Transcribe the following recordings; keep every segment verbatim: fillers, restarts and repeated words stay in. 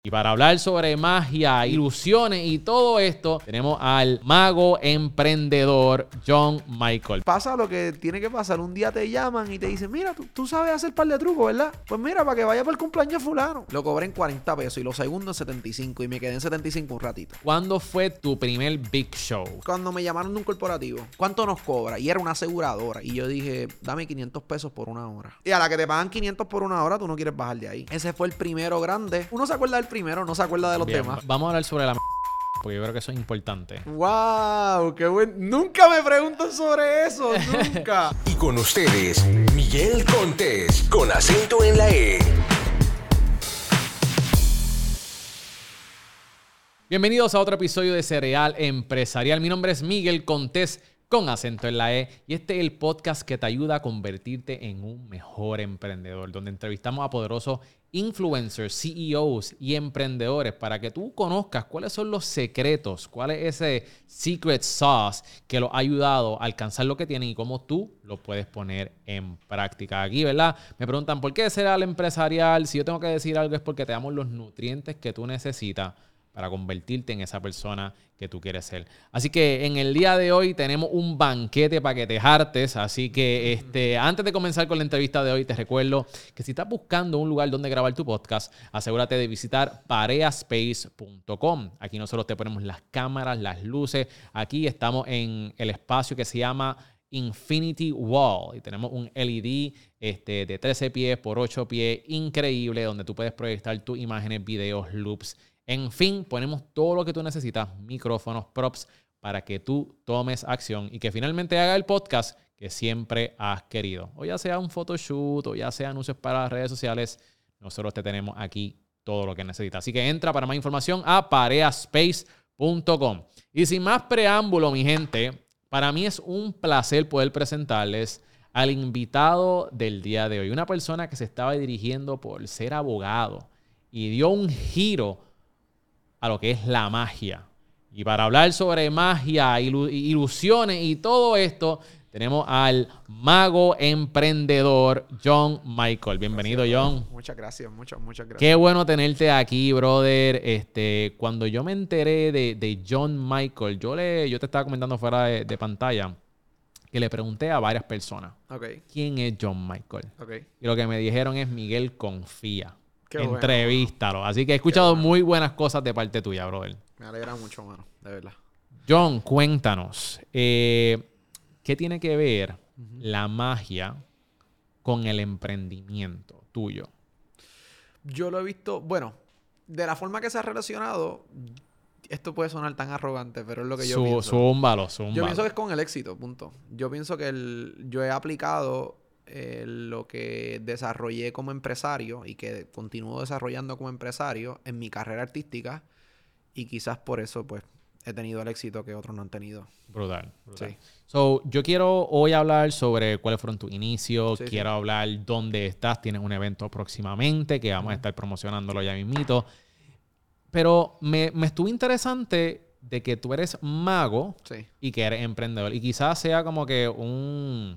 Y para hablar sobre magia, ilusiones y todo esto, tenemos al mago emprendedor John Michael. Pasa lo que tiene que pasar. Un día te llaman y te dicen, mira, tú, tú sabes hacer par de trucos, ¿verdad? Pues mira, para que vaya para el cumpleaños de fulano. Lo cobré en cuarenta pesos y los segundos en setenta y cinco y me quedé en setenta y cinco un ratito. ¿Cuándo fue tu primer big show? Cuando me llamaron de un corporativo, ¿cuánto nos cobra? Y era una aseguradora. Y yo dije, dame quinientos pesos por una hora. Y a la que te pagan quinientos por una hora, tú no quieres bajar de ahí. Ese fue el primero grande. Uno se acuerda del primero, no se acuerda de los Bien, demás. Vamos a hablar sobre la m***, porque yo creo que eso es importante. ¡Wow! ¡Qué buen! Nunca me preguntan sobre eso, nunca. Y con ustedes, Miguel Contés, con acento en la E. Bienvenidos a otro episodio de Cereal Empresarial. Mi nombre es Miguel Contés, con acento en la E, y este es el podcast que te ayuda a convertirte en un mejor emprendedor, donde entrevistamos a poderosos influencers, C E Os y emprendedores para que tú conozcas cuáles son los secretos, cuál es ese secret sauce que los ha ayudado a alcanzar lo que tienen y cómo tú lo puedes poner en práctica. Aquí, ¿verdad? Me preguntan, ¿por qué Cereal Empresarial? Si yo tengo que decir algo es porque te damos los nutrientes que tú necesitas para convertirte en esa persona que tú quieres ser. Así que en el día de hoy tenemos un banquete para que te hartes. Así que este, antes de comenzar con la entrevista de hoy, te recuerdo que si estás buscando un lugar donde grabar tu podcast, asegúrate de visitar parea space punto com. Aquí nosotros te ponemos las cámaras, las luces. Aquí estamos en el espacio que se llama Infinity Wall y tenemos un L E D este, de trece pies por ocho pies increíble donde tú puedes proyectar tus imágenes, videos, loops. En fin, ponemos todo lo que tú necesitas, micrófonos, props, para que tú tomes acción y que finalmente haga el podcast que siempre has querido. O ya sea un photoshoot, o ya sea anuncios para las redes sociales, nosotros te tenemos aquí todo lo que necesitas. Así que entra para más información a parea space punto com. Y sin más preámbulo, mi gente, para mí es un placer poder presentarles al invitado del día de hoy. Una persona que se estaba dirigiendo por ser abogado y dio un giro a lo que es la magia. Y para hablar sobre magia, ilu- ilusiones y todo esto, tenemos al mago emprendedor John Michael. Bienvenido, Gracias, John. Muchas gracias, muchas, muchas gracias. Qué bueno tenerte aquí, brother. Este, cuando yo me enteré de, de John Michael, yo, le, yo te estaba comentando fuera de, de pantalla que le pregunté a varias personas, Okay. ¿quién es John Michael? Okay. Y lo que me dijeron es Miguel confía. Qué bueno, Entrevístalo. Así que he escuchado bueno. muy buenas cosas de parte tuya, brother. Me alegra mucho, mano, de verdad. John, cuéntanos, eh, ¿qué tiene que ver uh-huh. la magia con el emprendimiento tuyo? Yo lo he visto, bueno, de la forma que se ha relacionado, esto puede sonar tan arrogante, pero es lo que yo Su, pienso. Zúmbalo, zúmbalo. Yo pienso que es con el éxito, punto. Yo pienso que el, yo he aplicado eh, lo que desarrollé como empresario y que continúo desarrollando como empresario en mi carrera artística y quizás por eso, pues, he tenido el éxito que otros no han tenido. Brutal, brutal. Sí. So, yo quiero hoy hablar sobre cuáles fueron tus inicios. Sí, quiero sí. hablar dónde estás. Tienes un evento próximamente que vamos uh-huh. a estar promocionándolo ya mismito. Pero me, me estuvo interesante de que tú eres mago sí. y que eres emprendedor. Y quizás sea como que un...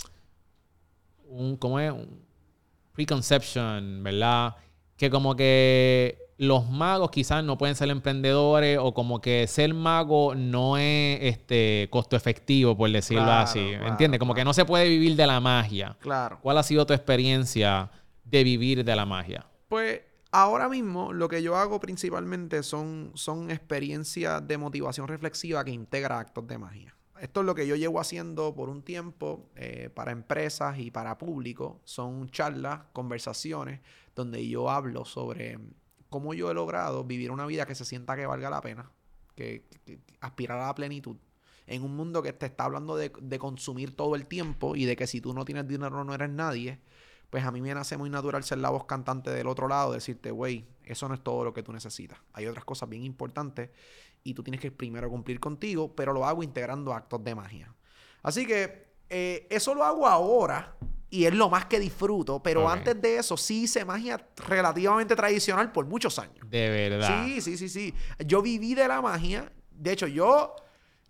un ¿cómo es? Un preconception, ¿verdad? Que como que los magos quizás no pueden ser emprendedores o como que ser mago no es este costo efectivo, por decirlo claro, así. claro, ¿Entiendes? Como claro. que no se puede vivir de la magia. Claro. ¿Cuál ha sido tu experiencia de vivir de la magia? Pues ahora mismo lo que yo hago principalmente son, son experiencias de motivación reflexiva que integra actos de magia. Esto es lo que yo llevo haciendo por un tiempo eh, para empresas y para público. Son charlas, conversaciones, donde yo hablo sobre cómo yo he logrado vivir una vida que se sienta que valga la pena, que, que, que aspirar a la plenitud. En un mundo que te está hablando de, de consumir todo el tiempo y de que si tú no tienes dinero no eres nadie, pues a mí me nace muy natural ser la voz cantante del otro lado, decirte, güey, eso no es todo lo que tú necesitas. Hay otras cosas bien importantes y tú tienes que primero cumplir contigo, pero lo hago integrando actos de magia. Así que eh, eso lo hago ahora y es lo más que disfruto, pero okay. antes de eso sí hice magia relativamente tradicional por muchos años. De verdad. Sí, sí, sí, sí. Yo viví de la magia. De hecho, yo...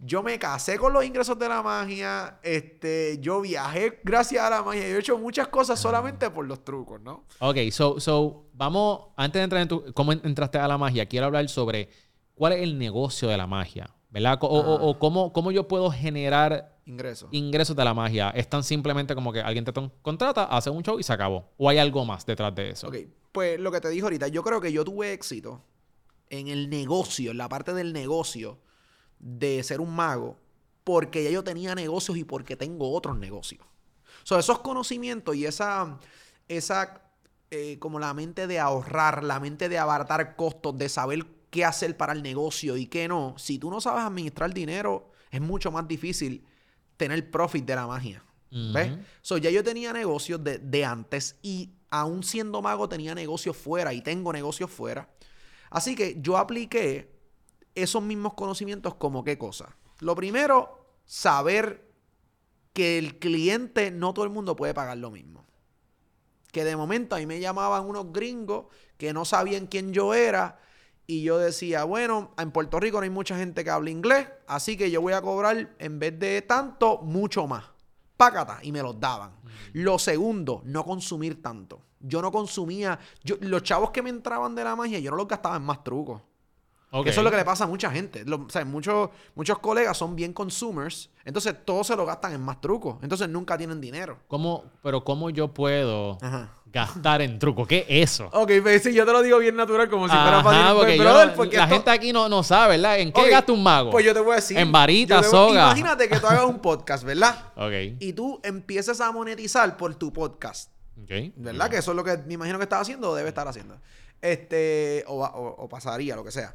Yo me casé con los ingresos de la magia. Este, yo viajé gracias a la magia. Yo he hecho muchas cosas solamente por los trucos, ¿no? Ok, so, so vamos, antes de entrar en tu, cómo entraste a la magia, quiero hablar sobre cuál es el negocio de la magia, ¿verdad? O, Ah. o, o cómo, cómo yo puedo generar Ingresos. ingresos de la magia. ¿Es tan simplemente como que alguien te ton- contrata, hace un show y se acabó? ¿O hay algo más detrás de eso? Ok, pues lo que te dije ahorita, yo creo que yo tuve éxito en el negocio, en la parte del negocio de ser un mago, porque ya yo tenía negocios y porque tengo otros negocios. So, esos conocimientos y esa, esa eh, como la mente de ahorrar, la mente de abaratar costos, de saber qué hacer para el negocio y qué no. Si tú no sabes administrar dinero, es mucho más difícil tener profit de la magia. ¿Ves? Ujú. So, ya yo tenía negocios de, de antes y aún siendo mago tenía negocios fuera y tengo negocios fuera. Así que yo apliqué esos mismos conocimientos como qué cosa. Lo primero, saber que el cliente no todo el mundo puede pagar lo mismo. Que de momento a mí me llamaban unos gringos que no sabían quién yo era y yo decía, bueno, en Puerto Rico no hay mucha gente que habla inglés, así que yo voy a cobrar en vez de tanto, mucho más. Pácata, y me los daban. Mm. Lo segundo, no consumir tanto. Yo no consumía, yo, los chavos que me entraban de la magia, yo no los gastaba en más trucos. Okay. Eso es lo que le pasa a mucha gente. Lo, o sea, muchos, muchos colegas son bien consumers, entonces todos se lo gastan en más trucos. Entonces nunca tienen dinero. ¿Cómo, pero ¿cómo yo puedo Ajá. gastar en truco? ¿Qué es eso? Ok, pues sí, yo te lo digo bien natural, como si Ajá, fuera fácil. porque, brother, yo, porque la esto... gente aquí no, no sabe, ¿verdad? ¿En qué okay, gasta un mago? Pues yo te voy a decir. En varita, te... soga. Imagínate que tú hagas un podcast, ¿verdad? Ok. Y tú empieces a monetizar por tu podcast. Okay. ¿Verdad? Okay. Que eso es lo que me imagino que estás haciendo o debe estar haciendo. Este, o, o, o pasaría, lo que sea.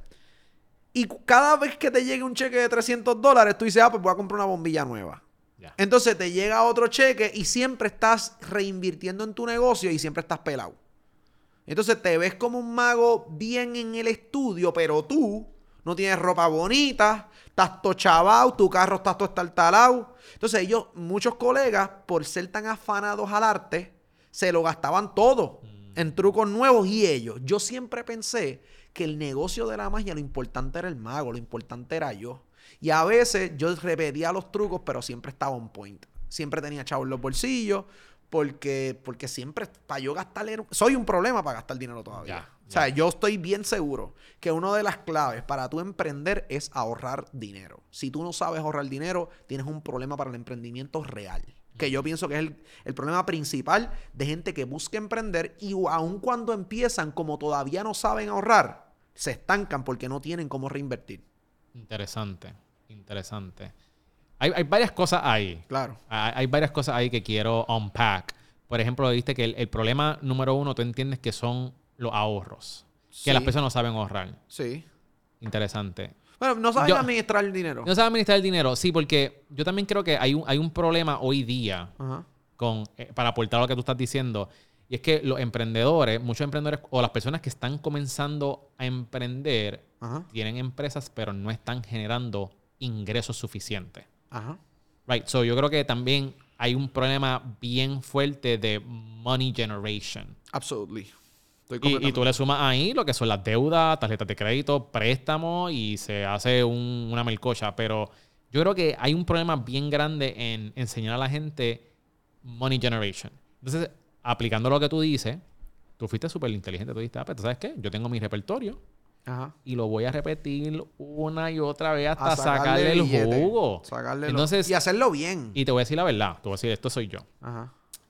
Y cada vez que te llegue un cheque de trescientos dólares, tú dices, ah, pues voy a comprar una bombilla nueva. Yeah. Entonces te llega otro cheque y siempre estás reinvirtiendo en tu negocio y siempre estás pelado. Entonces te ves como un mago bien en el estudio, pero tú no tienes ropa bonita, estás todo chavado, tu carro está todo estartalado. Entonces ellos, muchos colegas, por ser tan afanados al arte, se lo gastaban todo mm. en trucos nuevos y ellos. Yo siempre pensé que el negocio de la magia, lo importante era el mago, lo importante era yo. Y a veces yo repetía los trucos, pero siempre estaba on point. Siempre tenía chavos en los bolsillos, porque, porque siempre, para yo gastar, soy un problema para gastar dinero todavía. Ya, ya. O sea, yo estoy bien seguro que una de las claves para tú emprender es ahorrar dinero. Si tú no sabes ahorrar dinero, tienes un problema para el emprendimiento real. Que yo pienso que es el, el problema principal de gente que busca emprender y aun cuando empiezan, como todavía no saben ahorrar, se estancan porque no tienen cómo reinvertir. Interesante, interesante. Hay, hay varias cosas ahí. Claro. Hay, hay varias cosas ahí que quiero unpack. Por ejemplo, dijiste que el, el problema número uno, tú entiendes que son los ahorros. Sí. Que las personas no saben ahorrar. Sí. Interesante. Bueno, no saben yo, administrar el dinero. No saben administrar el dinero, sí, porque yo también creo que hay un, hay un problema hoy día uh-huh. con, eh, para aportar lo que tú estás diciendo. Y es que los emprendedores, muchos emprendedores o las personas que están comenzando a emprender, uh-huh. tienen empresas, pero no están generando ingresos suficientes. Uh-huh. Right. So yo creo que también hay un problema bien fuerte de money generation. Absolutely. Y, y tú le sumas ahí lo que son las deudas, tarjetas de crédito, préstamos y se hace un, una melcocha. Pero yo creo que hay un problema bien grande en enseñar a la gente money generation. Entonces, aplicando lo que tú dices, tú fuiste súper inteligente. Tú dijiste, ah, pero ¿sabes qué? Yo tengo mi repertorio. Ajá. Y lo voy a repetir una y otra vez hasta sacarle, sacarle el billete, jugo. Sacarle Entonces, lo... Y hacerlo bien. Y te voy a decir la verdad. Te voy a decir, esto soy yo. Ajá.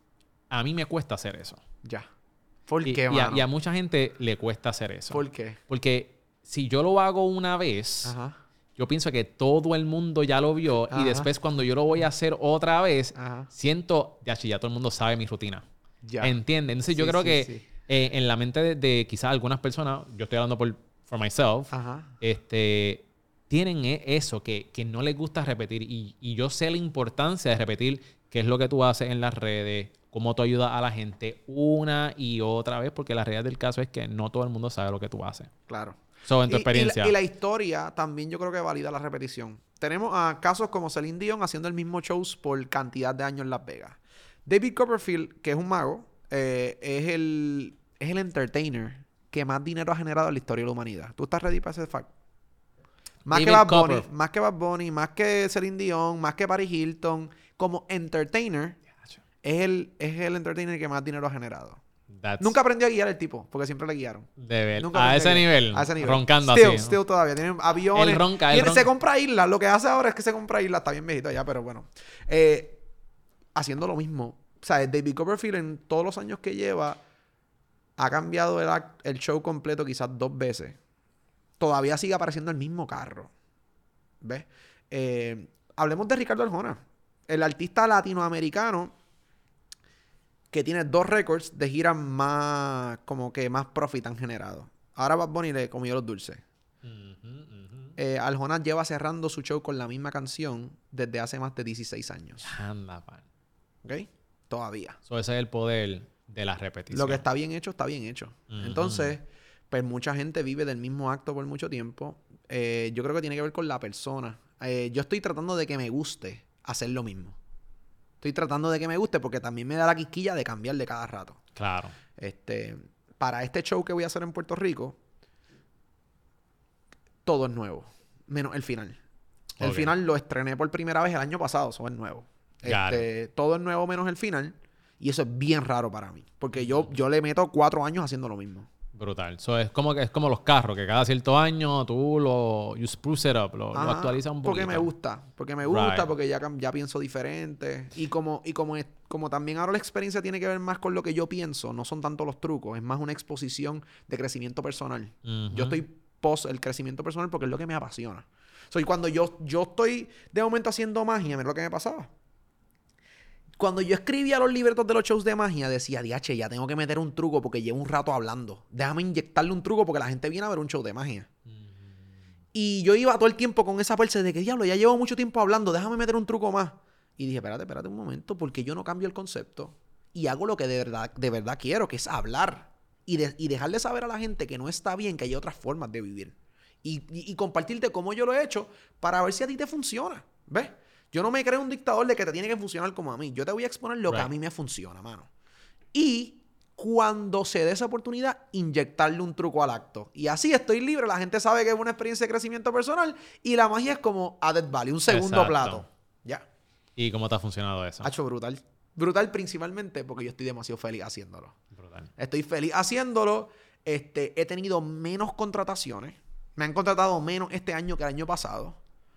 A mí me cuesta hacer eso. Ya. ¿Por y, qué, y mano? a, y a mucha gente le cuesta hacer eso. ¿Por qué? Porque si yo lo hago una vez, ajá. yo pienso que todo el mundo ya lo vio. Ajá. Y después cuando yo lo voy a hacer otra vez, ajá. siento, ya, ya todo el mundo sabe mi rutina. Ya. ¿Entiendes? Entonces sí, yo creo sí, que sí. Eh, en la mente de, de quizás algunas personas, yo estoy hablando por for myself, ajá. este, tienen eso, que, que no les gusta repetir. Y, y yo sé la importancia de repetir qué es lo que tú haces en las redes, cómo tú ayudas a la gente una y otra vez, porque la realidad del caso es que no todo el mundo sabe lo que tú haces. Claro. So, en tu y, experiencia. Y la, y la historia también yo creo que valida la repetición. Tenemos uh, casos como Celine Dion haciendo el mismo shows por cantidad de años en Las Vegas. David Copperfield, que es un mago, eh, es, el, es el entertainer que más dinero ha generado en la historia de la humanidad. ¿Tú estás ready para ese fact? Más David que Bad Bunny, Copperfield. más que Bad Bunny, más que Celine Dion, más que Paris Hilton. Como entertainer, es el, es el entertainer que más dinero ha generado. That's Nunca aprendió a guiar el tipo, porque siempre le guiaron. de ver- Nunca a, aprendió ese guiar. nivel, A ese nivel. roncando still, así. Still todavía. Tiene aviones. Él ronca, él Tiene- ronca. Se compra islas. Lo que hace ahora es que se compra islas. Está bien viejito ya, pero bueno. Eh, haciendo lo mismo. O sea, David Copperfield en todos los años que lleva ha cambiado el, act- el show completo quizás dos veces. Todavía sigue apareciendo el mismo carro. ¿Ves? Eh, hablemos de Ricardo Arjona. El artista latinoamericano que tiene dos récords de giras más, como que más profit han generado. Ahora Bad Bunny le comió los dulces. Ujú, ujú. Eh, Arjona lleva cerrando su show con la misma canción desde hace más de dieciséis años. Anda, pan. ¿Ok? Todavía. So, ese es el poder de la repetición. Lo que está bien hecho, está bien hecho. Ujú. Entonces, pues mucha gente vive del mismo acto por mucho tiempo. Eh, yo creo que tiene que ver con la persona. Eh, yo estoy tratando de que me guste hacer lo mismo. Estoy tratando de que me guste porque también me da la quisquilla de cambiar de cada rato. Claro. Este, para este show que voy a hacer en Puerto Rico, todo es nuevo, menos el final. El Ok. final lo estrené por primera vez el año pasado, eso es nuevo. Got Este, todo es nuevo menos el final, y eso es bien raro para mí, porque yo, yo le meto cuatro años haciendo lo mismo. Brutal. So, es como que es como los carros, que cada cierto año tú lo you spruce it up, lo, lo Ajá, actualizas un poquito. Porque me gusta, porque me gusta, Right. porque ya, cam- ya pienso diferente. Y como, y como, es- como también ahora la experiencia tiene que ver más con lo que yo pienso, no son tanto los trucos, es más una exposición de crecimiento personal. Ujú. Yo estoy post el crecimiento personal porque es lo que me apasiona. Soy cuando yo, yo estoy de momento haciendo magia, mira lo que me pasaba. Cuando yo escribía los libretos de los shows de magia, decía, diache, ya tengo que meter un truco porque llevo un rato hablando. Déjame inyectarle un truco porque la gente viene a ver un show de magia. Y yo iba todo el tiempo con esa perse de que, diablo, ya llevo mucho tiempo hablando, déjame meter un truco más. Y dije, espérate, espérate un momento, porque yo no cambio el concepto y hago lo que de verdad, de verdad quiero, que es hablar. Y, de- y dejarle saber a la gente que no está bien, que hay otras formas de vivir. Y, y- y compartirte cómo yo lo he hecho para ver si a ti te funciona. ¿Ves? Yo no me creo un dictador de que te tiene que funcionar como a mí. Yo te voy a exponer lo que Right. a mí me funciona, mano. Y cuando se dé esa oportunidad, inyectarle un truco al acto. Y así estoy libre. La gente sabe que es una experiencia de crecimiento personal. Y la magia es como added value, un segundo Exacto. plato. Ya. ¿Y cómo te ha funcionado eso? Ha hecho brutal. Brutal principalmente porque yo estoy demasiado feliz haciéndolo. Brutal. Estoy feliz haciéndolo. Este, he tenido menos contrataciones. Me han contratado menos este año que el año pasado.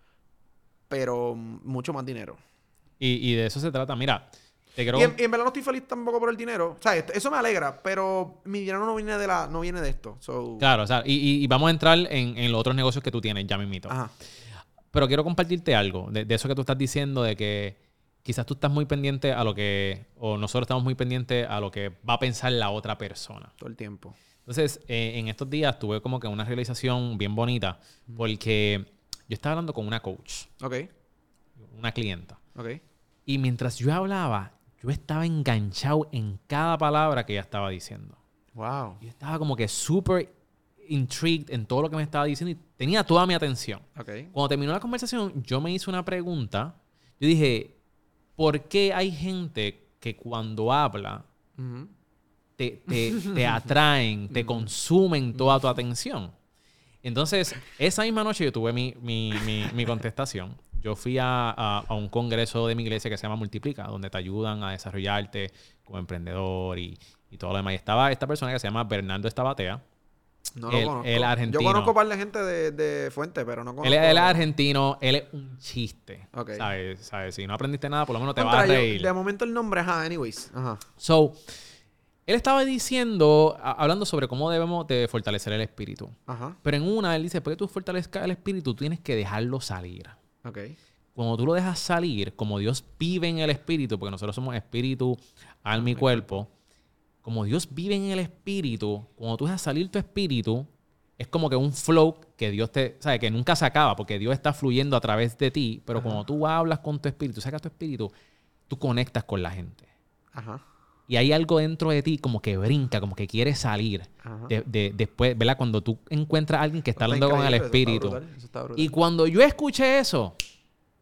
Pero mm, mucho más dinero. Y, y de eso se trata. Mira, te quiero... Y en, y en verdad no estoy feliz tampoco por el dinero. O sea, esto- eso me alegra, pero mi dinero no viene de la, no viene de esto. So, Claro, o sea, y, y- y vamos a entrar en, en los otros negocios que tú tienes, ya mismito. Ajá. Pero quiero compartirte algo de, de eso que tú estás diciendo, de que quizás tú estás muy pendiente a lo que, o nosotros estamos muy pendientes a lo que va a pensar la otra persona. Todo el tiempo. Entonces, eh, en estos días tuve como que una realización bien bonita, porque yo estaba hablando con una coach, Ok. una clienta, Ok. y mientras yo hablaba, yo estaba enganchado en cada palabra que ella estaba diciendo. Wow. Yo estaba como que súper intrigued en todo lo que me estaba diciendo y tenía toda mi atención. Ok. Cuando terminó la conversación, yo me hice una pregunta. Yo dije, ¿por qué hay gente que cuando habla Ujú. te, te, te atraen, te consumen toda tu atención? Entonces, esa misma noche yo tuve mi, mi, mi, mi contestación. Yo fui a, a, a un congreso de mi iglesia que se llama Multiplica, donde te ayudan a desarrollarte como emprendedor y, y todo lo demás. Y estaba esta persona que se llama Bernardo Estabatea. No El- lo conozco. el argentino. Yo conozco un par de gente de, de Fuente, pero no conozco. Él, es- él es argentino, él es un chiste. Ok. ¿Sabes? ¿Sabes? Si no aprendiste nada, por lo menos te Contra, vas a yo- reír. de momento el nombre, ajá, anyways. Ajá. So, él estaba diciendo, a- hablando sobre cómo debemos de fortalecer el espíritu. Ajá. Pero en una, él dice, para que tú fortalezcas el espíritu, tú tienes que dejarlo salir. Ok. Cuando tú lo dejas salir, como Dios vive en el espíritu, porque nosotros somos espíritu, alma y cuerpo, como Dios vive en el espíritu, cuando tú dejas salir tu espíritu, es como que un flow que Dios te... ¿Sabes? Que nunca se acaba, porque Dios está fluyendo a través de ti, pero Ajá. cuando tú hablas con tu espíritu, sacas tu espíritu, tú conectas con la gente. Ajá. Y hay algo dentro de ti como que brinca, como que quiere salir. Ajá. De, de- después, ¿verdad? Cuando tú encuentras a alguien que está Está hablando con el increíble, eso está espíritu. brutal, eso está brutal. Y cuando yo escuché eso,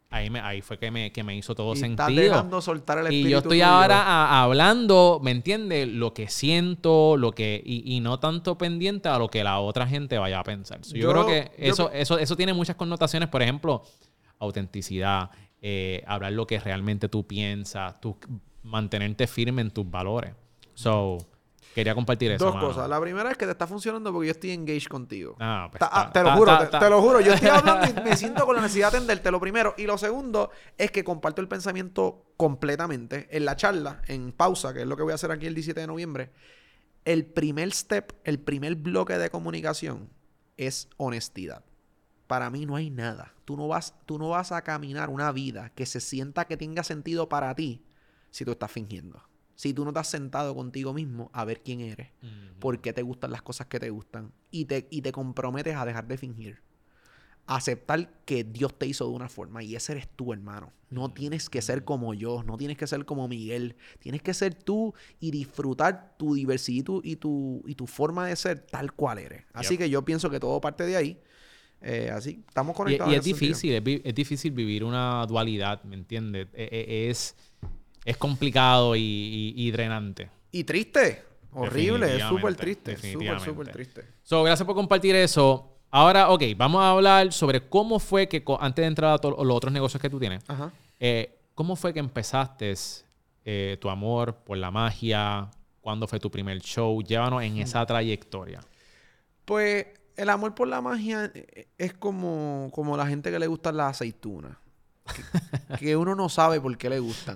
ahí, me, ahí fue que me, que me hizo todo y sentido. estás dejando soltar el espíritu Y yo estoy tuyo. ahora a, hablando, ¿me entiendes? Lo que siento, lo que y, y no tanto pendiente a lo que la otra gente vaya a pensar. So, yo, Yo- creo que yo- eso, eso, eso tiene muchas connotaciones. Por ejemplo, autenticidad, eh, hablar lo que realmente tú piensas, tú, mantenerte firme en tus valores. So, quería compartir eso, Dos mano. cosas. La primera es que te está funcionando porque yo estoy engaged contigo. Ah, pues Ta- está- ah, te lo está- juro, está- te, está- te lo juro. Yo estoy hablando y me siento con la necesidad de atenderte, lo primero. Y lo segundo es que comparto el pensamiento completamente. En la charla, en pausa, que es lo que voy a hacer aquí el diecisiete de noviembre, el primer step, el primer bloque de comunicación es honestidad. Para mí no hay nada. Tú no vas, tú no vas a caminar una vida que se sienta que tenga sentido para ti si tú estás fingiendo. Si tú no te has sentado contigo mismo a ver quién eres, Ujú. por qué te gustan las cosas que te gustan y te, y te comprometes a dejar de fingir. Aceptar que Dios te hizo de una forma y ese eres tú, hermano. No tienes que ser como yo, no tienes que ser como Miguel. Tienes que ser tú y disfrutar tu diversidad y tu, y tu, y tu forma de ser tal cual eres. Así Yep. que yo pienso que todo parte de ahí. Eh, así, estamos Y, conectados. y en es ese sentido. difícil, es, vi- es difícil vivir una dualidad, ¿me entiendes? E- e- Es, es complicado y, y- y drenante. Y triste. Horrible, es súper Definitivamente, triste. Súper, definitivamente. súper triste. So, gracias por compartir eso. Ahora, ok, vamos a hablar sobre cómo fue que, co- antes de entrar a todos los otros negocios que tú tienes, Ajá. eh, ¿cómo fue que empezaste eh, tu amor por la magia? ¿Cuándo fue tu primer show? Llévanos en esa trayectoria. Pues el amor por la magia eh, es como, como la gente que le gustan las aceitunas. Que, que uno no sabe por qué le gustan.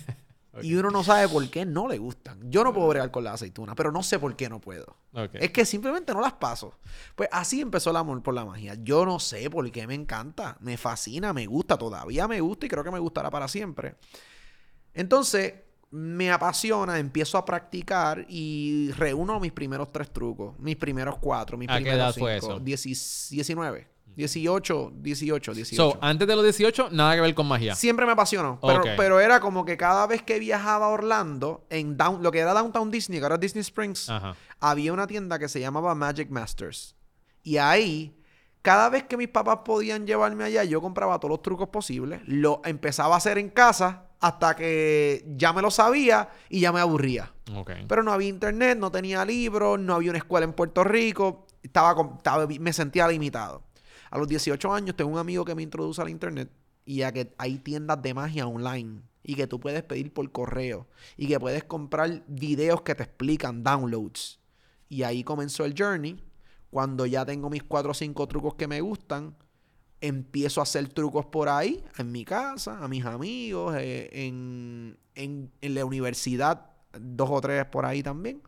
Y uno no sabe por qué no le gustan. Yo no puedo bregar con las aceitunas, pero no sé por qué no puedo. Ok. Es que simplemente no las paso. Pues así empezó el amor por la magia. Yo no sé por qué me encanta. Me fascina, me gusta. Todavía me gusta y creo que me gustará para siempre. Entonces, me apasiona, empiezo a practicar y reúno mis primeros tres trucos. Mis primeros cuatro, mis ¿A qué primeros edad cinco. fue eso? Dieci- diecinueve. dieciocho, dieciocho, dieciocho. So, antes de los dieciocho, nada que ver con magia. Siempre me apasionó. Pero, Ok. pero era como que cada vez que viajaba a Orlando, en down, lo que era Downtown Disney, que ahora Disney Springs, Ajá. había una tienda que se llamaba Magic Masters. Y ahí, cada vez que mis papás podían llevarme allá, yo compraba todos los trucos posibles. Lo empezaba a hacer en casa hasta que ya me lo sabía y ya me aburría. Ok. Pero no había internet, no tenía libros, no había una escuela en Puerto Rico. Estaba, con- estaba- me sentía limitado. A los dieciocho años tengo un amigo que me introduce al internet y a que hay tiendas de magia online y que tú puedes pedir por correo y que puedes comprar videos que te explican, downloads. Y ahí comenzó el journey. Cuando ya tengo mis cuatro o cinco trucos que me gustan, empiezo a hacer trucos por ahí, en mi casa, a mis amigos, eh, en, en, en la universidad, dos o tres por ahí también.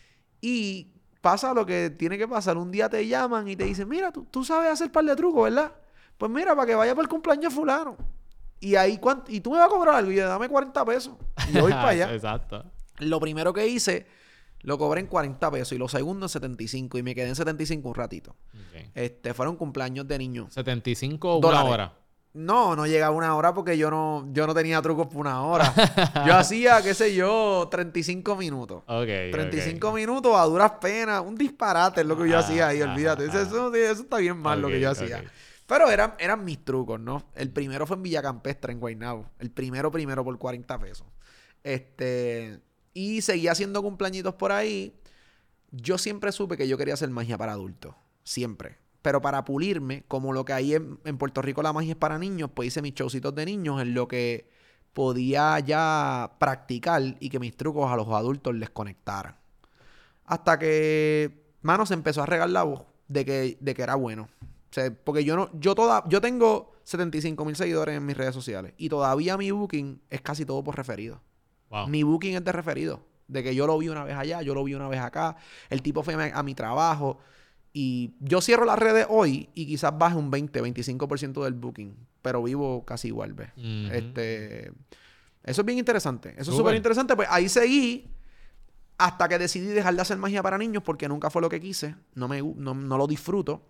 Y pasa lo que tiene que pasar. Un día te llaman y te dicen, mira, tú, tú sabes hacer par de trucos, ¿verdad? Pues mira, para que vaya para el cumpleaños de fulano. Y ahí, ¿cuánto? Y tú me vas a cobrar algo. Y yo, dame cuarenta pesos. Y yo voy para allá. Exacto. Lo primero que hice, lo cobré en cuarenta pesos. Y lo segundo en setenta y cinco. Y me quedé en setenta y cinco un ratito. Ok. Este, fueron cumpleaños de niños. setenta y cinco, una Dólares. hora. No, no llegaba una hora porque yo no, yo no tenía trucos por una hora. Yo hacía, qué sé yo, treinta y cinco minutos. Ok. treinta y cinco ok. minutos a duras penas. Un disparate es lo que yo Ah, hacía ahí, ah, olvídate. Eso, ah. eso, eso está bien mal lo que Ok, yo ok. hacía. Pero eran, eran mis trucos, ¿no? El primero fue en Villa Campestre, en Guaynabo. El primero, primero por cuarenta pesos. Este... Y seguía haciendo cumpleañitos por ahí. Yo siempre supe que yo quería hacer magia para adultos. Siempre. Pero para pulirme, como lo que hay en, en Puerto Rico la magia es para niños, pues hice mis showcitos de niños en lo que podía ya practicar y que mis trucos a los adultos les conectaran. Hasta que, mano, se empezó a regar la voz de que, de que era bueno. O sea, porque yo no, yo toda, yo tengo setenta y cinco mil seguidores en mis redes sociales y todavía mi booking es casi todo por referido. Wow. Mi booking es de referido. De que yo lo vi una vez allá, yo lo vi una vez acá. El tipo fue a, a mi trabajo. Y yo cierro las redes hoy y quizás baje un veinte, veinticinco por ciento del booking. Pero vivo casi igual, ¿ves? Ujú. Este, eso es bien interesante. Eso es Súper. súper interesante. Pues ahí seguí hasta que decidí dejar de hacer magia para niños porque nunca fue lo que quise. No, me, gu- no, no lo disfruto.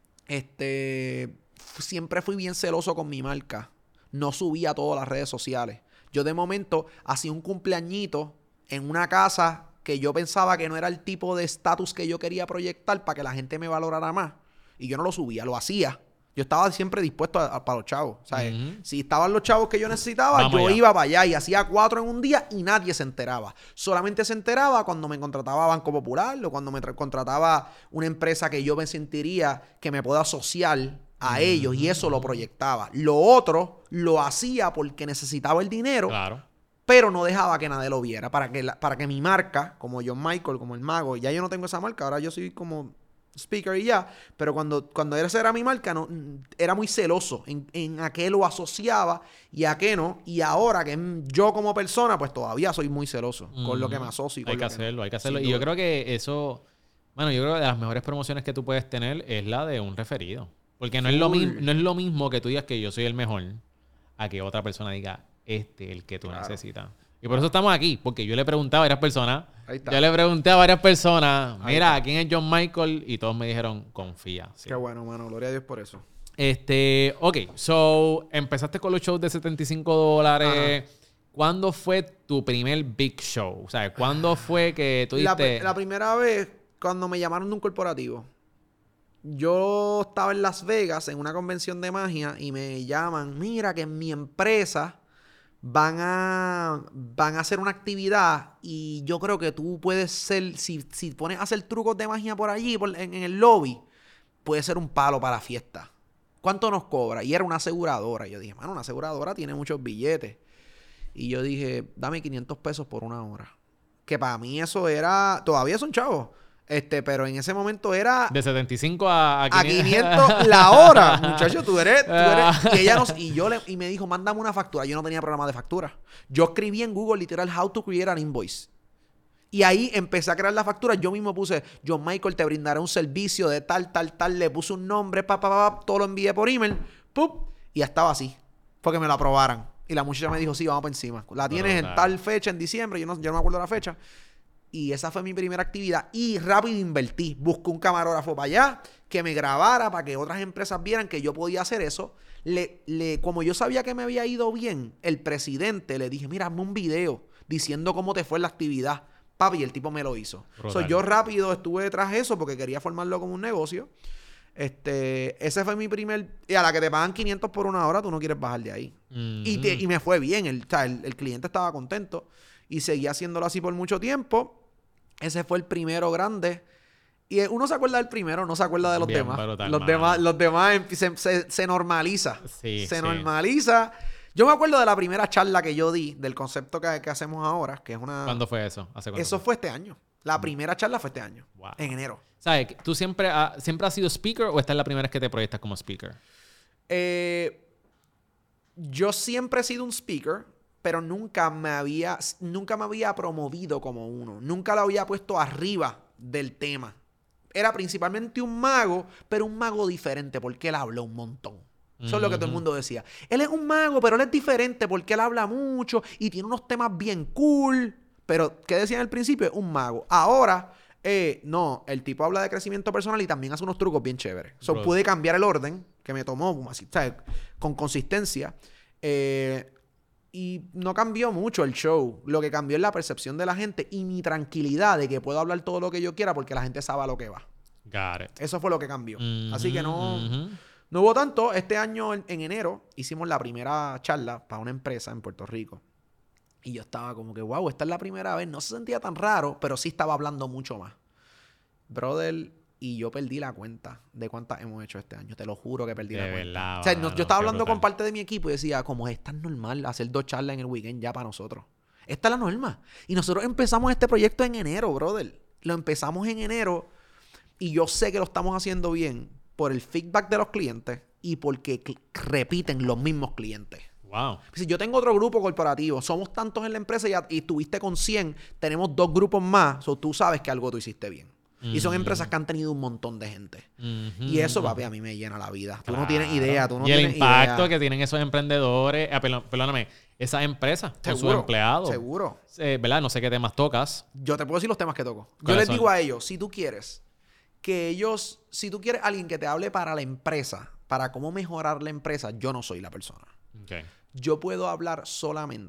Este, f- siempre fui bien celoso con mi marca. No subía a todas las redes sociales. Yo de momento hacía un cumpleañito en una casa que yo pensaba que no era el tipo de estatus que yo quería proyectar para que la gente me valorara más. Y yo no lo subía, lo hacía. Yo estaba siempre dispuesto a, a, para los chavos. O sea, Uh-huh. si estaban los chavos que yo necesitaba, Vamos yo allá. iba para allá y hacía cuatro en un día y nadie se enteraba. Solamente se enteraba cuando me contrataba Banco Popular o cuando me tra- contrataba una empresa que yo me sentiría que me pueda asociar a Uh-huh. ellos y eso lo proyectaba. Lo otro lo hacía porque necesitaba el dinero, Claro. pero no dejaba que nadie lo viera. Para que, la, para que mi marca, como John Michael, como el mago, ya yo no tengo esa marca, ahora yo soy como speaker y ya, pero cuando, cuando esa era mi marca, no, era muy celoso en, en a qué lo asociaba y a qué no. Y ahora que yo como persona, pues todavía soy muy celoso Uh-huh. con lo que me asocio. Y con Hay que lo que hacerlo, no. hay que hacerlo. Sin Y yo duda. creo que eso, bueno, yo creo que de las mejores promociones que tú puedes tener es la de un referido. Porque no es lo Full. mismo, no es lo mismo que tú digas que yo soy el mejor a que otra persona diga este es el que tú Claro. necesitas. Y por eso estamos aquí, porque yo le pregunté a varias personas, Ahí está. yo le pregunté a varias personas, Ahí mira, está. ¿quién es John Michael? Y todos me dijeron, confía. Sí. Qué bueno, mano. Gloria a Dios por eso. Este, ok, so empezaste con los shows de setenta y cinco dólares. ¿Cuándo fue tu primer big show? O sea, ¿cuándo fue que tú La, dijiste? la primera vez, cuando me llamaron de un corporativo, yo estaba en Las Vegas en una convención de magia y me llaman, mira que en mi empresa van a, van a hacer una actividad y yo creo que tú puedes ser, si, si pones a hacer trucos de magia por allí, por, en, en el lobby, puede ser un palo para la fiesta. ¿Cuánto nos cobra? Y era una aseguradora. Y yo dije, mano, una aseguradora tiene muchos billetes. Y yo dije, dame quinientos pesos por una hora. Que para mí eso era, todavía son chavos. Este, pero en ese momento era De setenta y cinco a, a a quinientos. quinientos la hora. Muchacho, tú eres, tú eres. Y ella nos, y yo le, y me dijo, mándame una factura. Yo no tenía programa de factura. Yo escribí en Google literal how to create an invoice. Y ahí empecé a crear la factura. Yo mismo puse, John Michael te brindará un servicio de tal, tal, tal. Le puse un nombre, pa, pa, pa, pa, todo lo envié por email. ¡Pup! Y ya estaba así. Porque me lo aprobaran. Y la muchacha me dijo, sí, vamos para encima. La tienes en tal fecha, en diciembre. Yo no, yo no me acuerdo la fecha. Y esa fue mi primera actividad. Y rápido invertí. Busqué un camarógrafo para allá que me grabara para que otras empresas vieran que yo podía hacer eso. Le, le, como yo sabía que me había ido bien, el presidente le dije, mira, hazme un video diciendo cómo te fue en la actividad. Papi, y el tipo me lo hizo. So, yo rápido estuve detrás de eso porque quería formarlo como un negocio. Este, ese fue mi primer... Y a la que te pagan quinientos por una hora, tú no quieres bajar de ahí. Uh-huh. Y, te, y me fue bien. El, o sea, el, el cliente estaba contento. Y seguí haciéndolo así por mucho tiempo. Ese fue el primero grande. Y uno se acuerda del primero, no se acuerda de los Bien demás. brutal, los mano. demás. Los demás se, se, se normaliza. Sí, se sí. normaliza. Yo me acuerdo de la primera charla que yo di del concepto que, que hacemos ahora, que es una... ¿Cuándo fue eso? ¿Hace cuánto Eso fue este año. La primera charla fue este año. Wow. En enero. ¿Sabes? ¿Tú siempre, ha, siempre has sido speaker o esta es la primera vez que te proyectas como speaker? Eh, yo siempre he sido un speaker, pero nunca me había, nunca me había promovido como uno. Nunca lo había puesto arriba del tema. Era principalmente un mago, pero un mago diferente porque él habla un montón. Eso es lo que todo el mundo decía. Él es un mago, pero él es diferente porque él habla mucho y tiene unos temas bien cool. Pero, ¿qué decían al principio? Es un mago. Ahora, eh, no, el tipo habla de crecimiento personal y también hace unos trucos bien chéveres. So, Bro. pude cambiar el orden que me tomó así, ¿sabes? Con consistencia. Eh, y no cambió mucho el show. Lo que cambió es la percepción de la gente y mi tranquilidad de que puedo hablar todo lo que yo quiera porque la gente sabe a lo que va. Got it. Eso fue lo que cambió. Uh-huh, Así que no... uh-huh. No hubo tanto. Este año, en, en enero, hicimos la primera charla para una empresa en Puerto Rico. Y yo estaba como que, wow, esta es la primera vez. No se sentía tan raro, pero sí estaba hablando mucho más. Brother, y yo perdí la cuenta de cuántas hemos hecho este año. Te lo juro que perdí De la cuenta. verdad, O sea, no, mano, yo estaba qué hablando brutal. con parte de mi equipo y decía, como es tan normal hacer dos charlas en el weekend ya para nosotros. Esta es la norma. Y nosotros empezamos este proyecto en enero, brother. Lo empezamos en enero y yo sé que lo estamos haciendo bien por el feedback de los clientes y porque cl- repiten los mismos clientes. Wow. Si yo tengo otro grupo corporativo, somos tantos en la empresa y, ya- y estuviste con cien, tenemos dos grupos más, so tú sabes que algo tú hiciste bien. Y son Mm. empresas que han tenido un montón de gente. Uh-huh. Y eso, papi, a mí me llena la vida. Tú no Claro. tienes idea, tú no y el tienes impacto idea. que tienen esos emprendedores, ah, perdón, perdóname, esas empresas con sus Seguro, empleados. Seguro. Eh, ¿Verdad? No sé qué temas tocas. Yo te puedo decir los temas que toco. Yo ¿Cuáles les son? digo a ellos, si tú quieres que ellos, si tú quieres alguien que te hable para la empresa, para cómo mejorar la empresa, yo no soy la persona. Okay. Yo puedo hablar solamente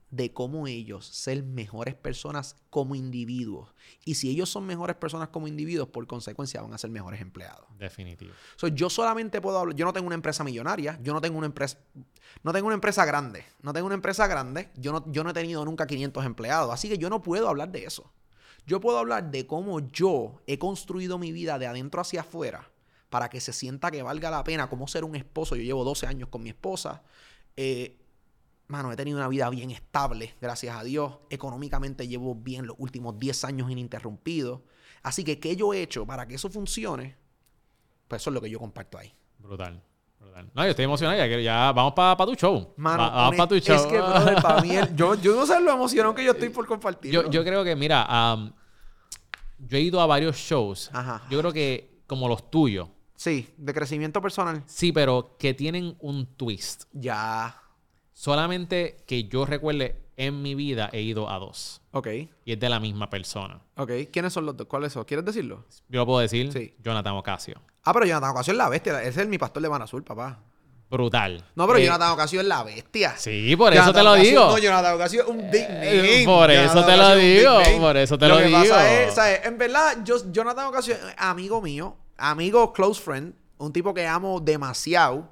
de cómo ellos ser mejores personas como individuos. Y si ellos son mejores personas como individuos, por consecuencia van a ser mejores empleados. Definitivo. So, yo solamente puedo hablar, yo no tengo una empresa millonaria, yo no tengo una empresa, no tengo una empresa grande, no tengo una empresa grande, yo no, yo no he tenido nunca quinientos empleados, así que yo no puedo hablar de eso. Yo puedo hablar de cómo yo he construido mi vida de adentro hacia afuera para que se sienta que valga la pena, cómo ser un esposo. Yo llevo doce años con mi esposa, eh, Mano, he tenido una vida bien estable, gracias a Dios. Económicamente llevo bien los últimos diez años ininterrumpidos. Así que, ¿qué yo he hecho para que eso funcione? Pues eso es lo que yo comparto ahí. Brutal. Brutal. No, yo estoy emocionado. Ya, ya vamos para pa tu show. Mano, Va, vamos para tu show. Es que, brother, para mí, el, yo, yo no sé lo emocionado que yo estoy por compartir. Yo, yo creo que, mira, um, yo he ido a varios shows. Ajá. Yo creo que como los tuyos. Sí, de crecimiento personal. Sí, pero que tienen un twist. Ya. Solamente que yo recuerde, en mi vida he ido a dos. Ok. Y es de la misma persona. Ok. ¿Quiénes son los dos? ¿Cuáles son? ¿Quieres decirlo? Yo lo puedo decir. Sí. Jonathan Ocasio. Ah, pero Jonathan Ocasio es la bestia. Ese es mi pastor de Ban Azul, papá. Brutal. No, pero Eh, Jonathan Ocasio es la bestia. Sí, por Jonathan eso te lo Ocasio- digo. No, Jonathan Ocasio es un big name. Eh, por eso Jonathan te lo Ocasio es un big digo, name. por eso te lo que digo. Pasa es, ¿sabes? En verdad, yo, Jonathan Ocasio es amigo mío, amigo close friend, un tipo que amo demasiado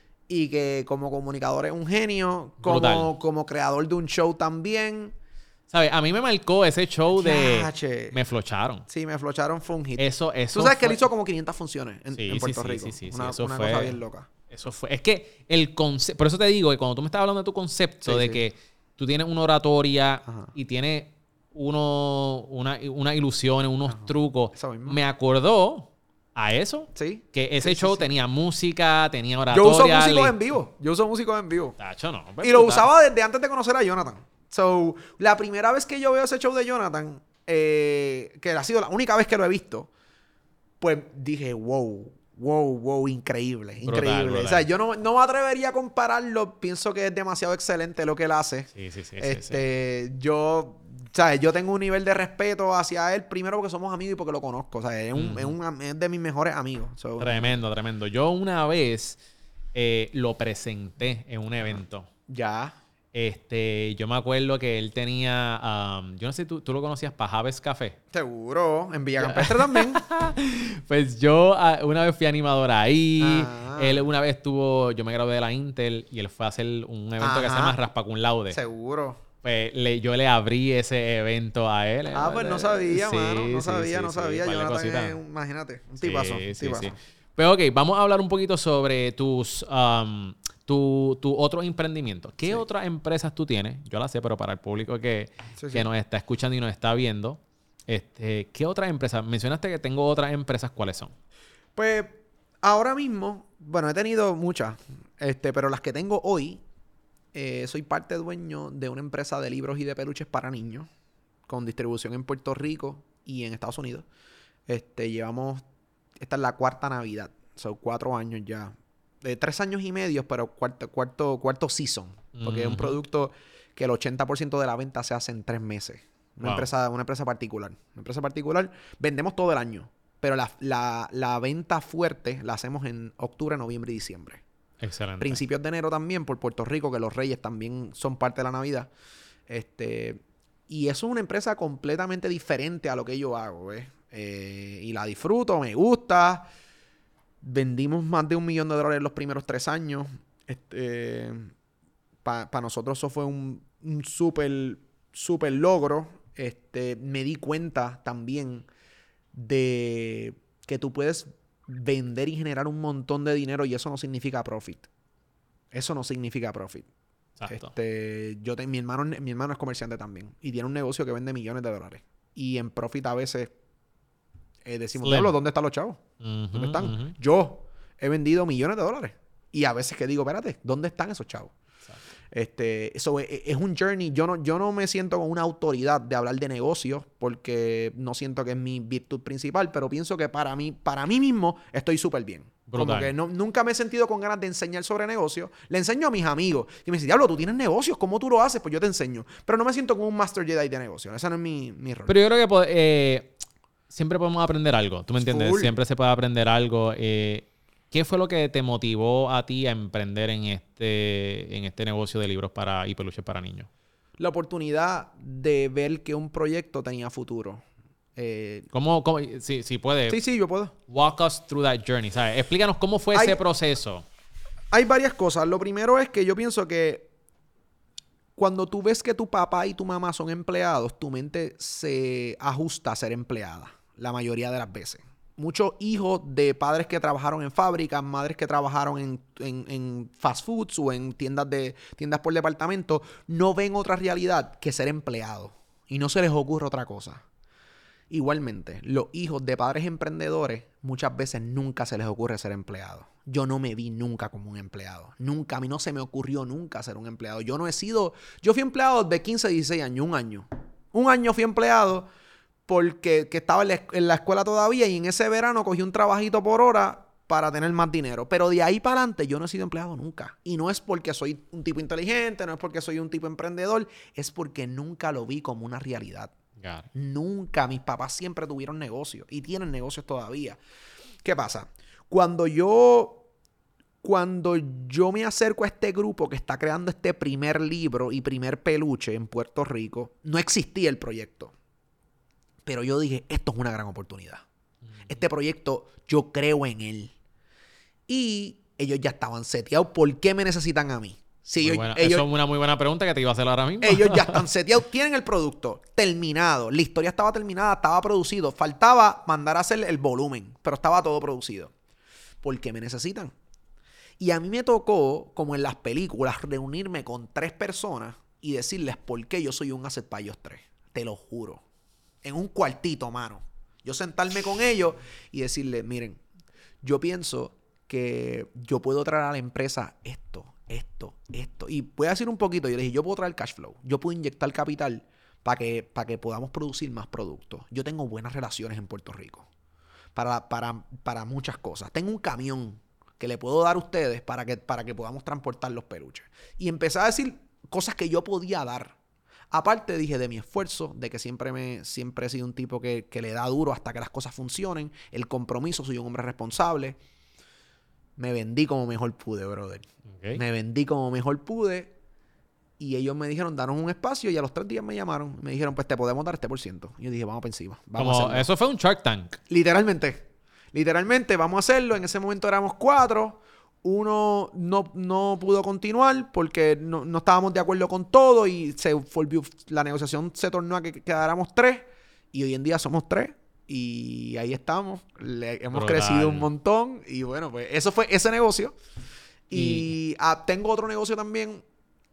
y que como comunicador es un genio, como, Brutal. como creador de un show también. ¿Sabes? A mí me marcó ese show de... Yache. Me flocharon. Sí, me flocharon, fue un hit. Eso, eso Tú sabes que él fue- hizo como quinientas funciones en, Sí, en sí, Puerto sí, Rico. sí, sí, sí, Una, eso una fue- cosa bien loca. Eso fue... Es que el concepto... Por eso te digo que cuando tú me estabas hablando de tu concepto Sí, de sí. que tú tienes una oratoria Ajá. y tienes uno, una, unas ilusiones, unos trucos, Eso mismo. me acordó a eso. Sí. Que ese Sí, sí, show sí. tenía música, tenía Yo oratoria. uso músicos le- en vivo. Yo uso músicos en vivo. Tacho, no. pues, Y lo brutal. usaba desde antes de conocer a Jonathan. So, la primera vez que yo veo ese show de Jonathan, eh, que ha sido la única vez que lo he visto, pues dije, wow, wow, wow, increíble, Brutal, increíble. brutal. O sea, yo no, no me atrevería a compararlo. Pienso que es demasiado excelente lo que él hace. Sí, sí, sí. sí, este, yo, ¿sabes? Yo tengo un nivel de respeto hacia él, primero porque somos amigos y porque lo conozco. O sea, es, un, Ujú. es, un am- es de mis mejores amigos. So, Tremendo, tremendo. Yo una vez eh, lo presenté en un evento. ya. Este, yo me acuerdo que él tenía, um, yo no sé, ¿tú, tú lo conocías, Pajaves Café? Seguro. En Villa Campestre también. Pues yo ah, una vez fui animador ahí. Ah. Él una vez tuvo, yo me gradué de la Intel y él fue a hacer un evento que se Ajá. llama Raspa Cum Laude. Seguro. Pues le- yo le abrí ese evento a él. Ah, pues no sabía, Sí, mano. No sí, sabía, sí, no sí, sabía. par de Jonathan cositas. es, un- imagínate, un Sí, tipazo. un sí, tipazo. sí. Pero ok, vamos a hablar un poquito sobre tus um, tu, tu otros emprendimientos. ¿Qué Sí. otras empresas tú tienes? Yo la sé, pero para el público que, Sí, que sí. nos está escuchando y nos está viendo, este, ¿qué otras empresas? Mencionaste que tengo otras empresas, ¿cuáles son? Pues ahora mismo, bueno, he tenido muchas, este, pero las que tengo hoy, eh, soy parte dueño de una empresa de libros y de peluches para niños, con distribución en Puerto Rico y en Estados Unidos. Este, llevamos, esta es la cuarta Navidad, son cuatro años ya. De tres años y medio, pero cuarto, cuarto, cuarto season. Porque es un Ujú. producto que el ochenta por ciento de la venta se hace en tres meses. Una, Wow. empresa, una empresa particular. Una empresa particular, vendemos todo el año. Pero la, la, la venta fuerte la hacemos en octubre, noviembre y diciembre. Excelente. Principios de enero también por Puerto Rico, que los Reyes también son parte de la Navidad. Este, y eso es una empresa completamente diferente a lo que yo hago, ¿ves? Eh, y la disfruto, me gusta. Vendimos más de un millón de dólares los primeros tres años. Este, para nosotros eso fue un, un súper, súper logro. Este, me di cuenta también de que tú puedes vender y generar un montón de dinero y eso no significa profit. Eso no significa profit. Exacto. Este, yo te- mi hermano, mi hermano es comerciante también y tiene un negocio que vende millones de dólares. Y en profit a veces eh, decimos, Slim. "Diablo, ¿dónde están los chavos? Ujú, ¿Dónde están?" ujú. Yo he vendido millones de dólares. Y a veces que digo, espérate, ¿dónde están esos chavos? Exacto. Este, eso es, es un journey. Yo no, yo no me siento con una autoridad de hablar de negocios porque no siento que es mi virtud principal, pero pienso que para mí, para mí mismo estoy súper bien. Como Brutal. que no, nunca me he sentido con ganas de enseñar sobre negocios. Le enseño a mis amigos. Y me dicen, diablo, tú tienes negocios, ¿cómo tú lo haces? Pues yo te enseño. Pero no me siento como un Master Jedi de negocios. Ese no es mi, mi rol. Pero yo creo que po- eh, siempre podemos aprender algo. ¿Tú me entiendes? Full. Siempre se puede aprender algo. Eh, ¿Qué fue lo que te motivó a ti a emprender en este, en este negocio de libros para y peluches para niños? La oportunidad de ver que un proyecto tenía futuro. Eh, ¿Cómo, cómo si, si puede, sí, sí, yo puedo. walk us through that journey, ¿sabes? Explícanos cómo fue Hay, ese proceso. Hay varias cosas. Lo primero es que yo pienso que cuando tú ves que tu papá y tu mamá son empleados, tu mente se ajusta a ser empleada la mayoría de las veces. Muchos hijos de padres que trabajaron en fábricas, madres que trabajaron en, en, en fast foods o en tiendas, de, tiendas por departamento, no ven otra realidad que ser empleados. Y no se les ocurre otra cosa. Igualmente, los hijos de padres emprendedores muchas veces nunca se les ocurre ser empleados. Yo no me vi nunca como un empleado. Nunca, a mí no se me ocurrió nunca ser un empleado. Yo no he sido... Yo fui empleado de quince, dieciséis años, un año. Un año fui empleado porque que estaba en la, en la escuela todavía y en ese verano cogí un trabajito por hora para tener más dinero. Pero de ahí para adelante yo no he sido empleado nunca. Y no es porque soy un tipo inteligente, no es porque soy un tipo emprendedor, es porque nunca lo vi como una realidad. Nunca. Mis papás siempre tuvieron negocios y tienen negocios todavía. ¿Qué pasa? Cuando yo, cuando yo me acerco a este grupo que está creando este primer libro y primer peluche en Puerto Rico, no existía el proyecto. Pero yo dije, esto es una gran oportunidad. Mm. Este proyecto, yo creo en él. Y ellos ya estaban seteados. ¿Por qué me necesitan a mí? Sí, ellos, ellos, eso es una muy buena pregunta que te iba a hacer ahora mismo. Ellos ya están seteados, tienen el producto terminado. La historia estaba terminada, estaba producido. Faltaba mandar a hacer el volumen, pero estaba todo producido. ¿Por qué me necesitan? Y a mí me tocó, como en las películas, reunirme con tres personas y decirles por qué yo soy un asset para ellos tres. Te lo juro. En un cuartito, mano. Yo sentarme con ellos y decirles, miren, yo pienso que yo puedo traer a la empresa esto, esto, esto. Y voy a decir un poquito. Yo les dije, yo puedo traer cash flow. Yo puedo inyectar capital para que, para que podamos producir más productos. Yo tengo buenas relaciones en Puerto Rico. Para, para, para muchas cosas. Tengo un camión que le puedo dar a ustedes para que, para que podamos transportar los peluches. Y empecé a decir cosas que yo podía dar. Aparte dije de mi esfuerzo, de que siempre, me, siempre he sido un tipo que, que le da duro hasta que las cosas funcionen. El compromiso, soy un hombre responsable. Me vendí como mejor pude, brother. Okay. Me vendí como mejor pude. Y ellos me dijeron, danos un espacio. Y a los tres días me llamaron. Me dijeron, pues te podemos dar este por ciento. Y yo dije, vamos para encima. Vamos como, a eso fue un Shark Tank. Literalmente. Literalmente, vamos a hacerlo. En ese momento éramos cuatro. Uno no, no pudo continuar porque no, no estábamos de acuerdo con todo. Y se volvió, la negociación se tornó a que quedáramos tres. Y hoy en día somos tres. Y ahí estamos. Le, hemos Brutal. crecido un montón. Y bueno, pues eso fue ese negocio. Y, y ah, tengo otro negocio también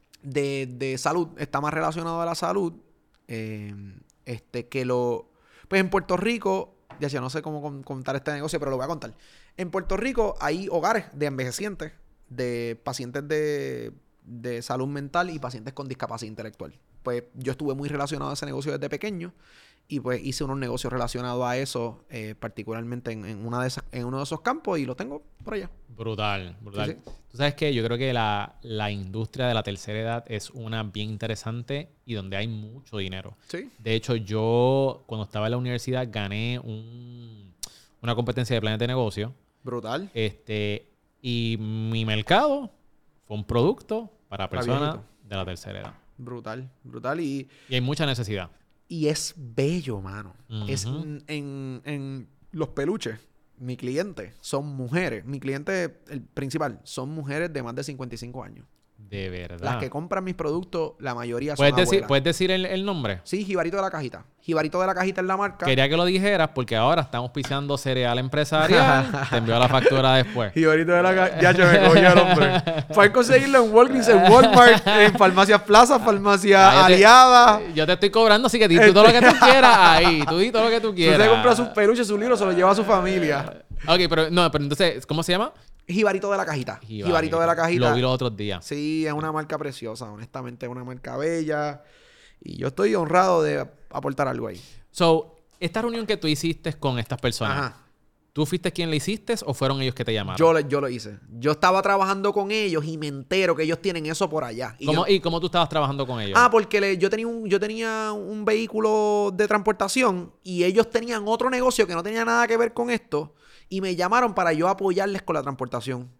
de, de salud. Está más relacionado a la salud. Eh, este que lo... Pues en Puerto Rico... Ya sé, no sé cómo contar este negocio, pero lo voy a contar. En Puerto Rico hay hogares de envejecientes, de pacientes de, de salud mental y pacientes con discapacidad intelectual. Pues yo estuve muy relacionado a ese negocio desde pequeño y pues hice unos negocios relacionados a eso, eh, particularmente en, en, una de esas, en uno de esos campos y lo tengo por allá. Brutal, brutal. Sí, sí. Tú sabes que yo creo que la, la industria de la tercera edad es una bien interesante y donde hay mucho dinero. Sí. De hecho, yo cuando estaba en la universidad gané un, una competencia de planes de negocio. Brutal. Este, y mi mercado fue un producto para personas de la tercera edad. Brutal, brutal. Y, y hay mucha necesidad. Y es bello, mano. Uh-huh. Es en, en, en los peluches. Mi cliente son mujeres. Mi cliente, el principal, son mujeres de más de cincuenta y cinco años. De verdad. Las que compran mis productos, la mayoría son ¿Puedes decir, abuelas. ¿Puedes decir el, el nombre? Sí, Jibarito de la Cajita. Jibarito de la Cajita es la marca. Quería que lo dijeras porque ahora estamos pisando cereal empresarial. Te envío la factura después. Jibarito de la Cajita. Ya, ya me cogió el hombre. Pueden conseguirlo en Walgreens, en Walmart, en Farmacias Plaza, Farmacia ah, Aliada. Yo te estoy cobrando, así que di tú todo lo que tú quieras ahí. Tú di todo lo que tú quieras. Usted compra sus peluches, sus libros, se los lleva a su familia. Ok, pero no, pero entonces, ¿cómo se llama? Jibarito de la Cajita. Jibarito. Jibarito de la Cajita. Lo vi los otros días. Sí, es una marca preciosa. Honestamente, es una marca bella. Y yo estoy honrado de aportar algo ahí. So, esta reunión que tú hiciste con estas personas, Ajá. ¿tú fuiste quien la hiciste o fueron ellos que te llamaron? Yo, yo lo hice. Yo estaba trabajando con ellos y me entero que ellos tienen eso por allá. Y, ¿Cómo, yo... ¿Y cómo tú estabas trabajando con ellos? Ah, porque le, yo, tenía un, yo tenía un vehículo de transportación y ellos tenían otro negocio que no tenía nada que ver con esto y me llamaron para yo apoyarles con la transportación.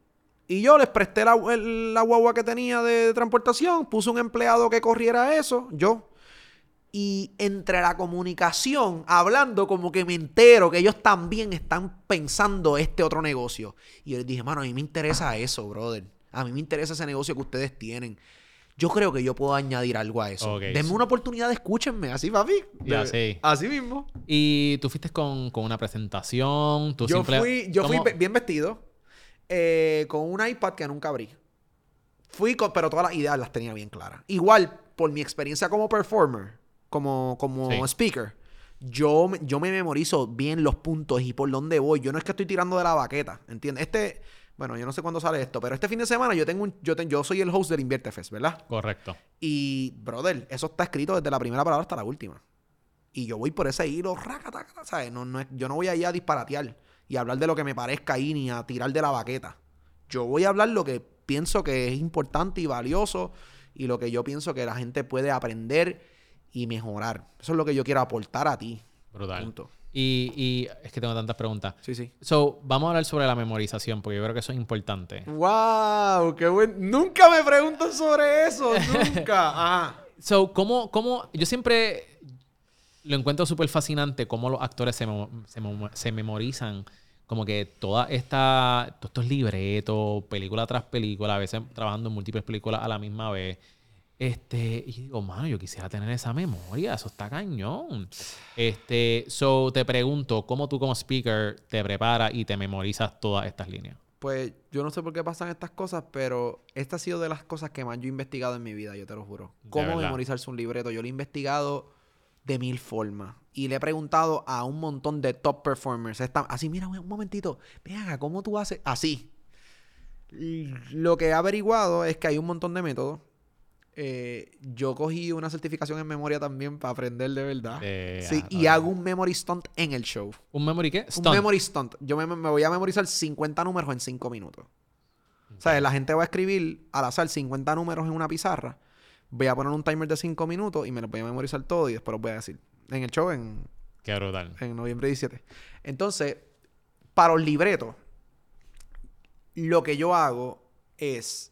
Y yo les presté la, el- la guagua que tenía de, de transportación, puse un empleado que corriera eso, yo. Y entre la comunicación, hablando como que me entero que ellos también están pensando este otro negocio. Y yo les dije, mano, a mí me interesa eso, brother. A mí me interesa ese negocio que ustedes tienen. Yo creo que yo puedo añadir algo a eso. Okay, Denme sí. una oportunidad, escúchenme. Así, papi. Ya, De- sí. Así mismo. Y tú fuiste con, con una presentación. Tú Yo simple- fui, yo fui ¿Cómo? be- bien vestido, eh, con un iPad que nunca abrí. Fui con, pero todas las ideas las tenía bien claras. Igual, por mi experiencia como performer, como, como Sí. speaker, yo, me- yo me memorizo bien los puntos y por dónde voy. Yo no es que estoy tirando de la baqueta, ¿entiendes? Este, bueno, yo no sé cuándo sale esto, pero este fin de semana yo tengo un, yo, te- yo soy el host del Invierte Fest, ¿verdad? Correcto. Y, brother, eso está escrito desde la primera palabra hasta la última. Y yo voy por ese hilo, racata, ¿sabes? No, no es- yo no voy allá a disparatear y a hablar de lo que me parezca ahí ni a tirar de la baqueta. Yo voy a hablar lo que pienso que es importante y valioso y lo que yo pienso que la gente puede aprender y mejorar. Eso es lo que yo quiero aportar a ti. Brutal. Punto. Y, y es que tengo tantas preguntas. Sí, sí. So, vamos a hablar sobre la memorización, porque yo creo que eso es importante. ¡Wow! ¡Qué buen! Nunca me preguntan sobre eso. Nunca. Ajá. So, ¿cómo, cómo? Yo siempre lo encuentro súper fascinante cómo los actores se, memo- se, memo- se memorizan como que toda esta, todos estos libretos, película tras película, a veces trabajando en múltiples películas a la misma vez. Este, y digo, mano, yo quisiera tener esa memoria, eso está cañón. Este, so te pregunto, ¿cómo tú como speaker te preparas y te memorizas todas estas líneas? Pues yo no sé por qué pasan estas cosas, pero esta ha sido de las cosas que más yo he investigado en mi vida, yo te lo juro. De ¿Cómo verdad. memorizarse un libreto? Yo lo he investigado de mil formas. Y le he preguntado a un montón de top performers. Esta- así, mira, un momentito. Venga, ¿cómo tú haces? Así. Y lo que he averiguado es que hay un montón de métodos. Eh, yo cogí una certificación en memoria también para aprender de verdad. Eh, sí, ah, y ok. hago un memory stunt en el show. ¿Un memory qué? Un Stunt. memory stunt. Yo me, me voy a memorizar cincuenta números en cinco minutos. O sea, la gente va a escribir al azar cincuenta números en una pizarra. Voy a poner un timer de cinco minutos y me los voy a memorizar todo y después los voy a decir. En el show en, Qué brutal. en noviembre diecisiete. Entonces, para los libretos, lo que yo hago es,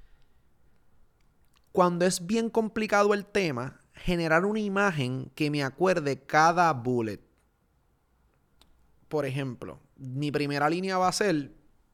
cuando es bien complicado el tema, generar una imagen que me acuerde cada bullet. Por ejemplo, mi primera línea va a ser: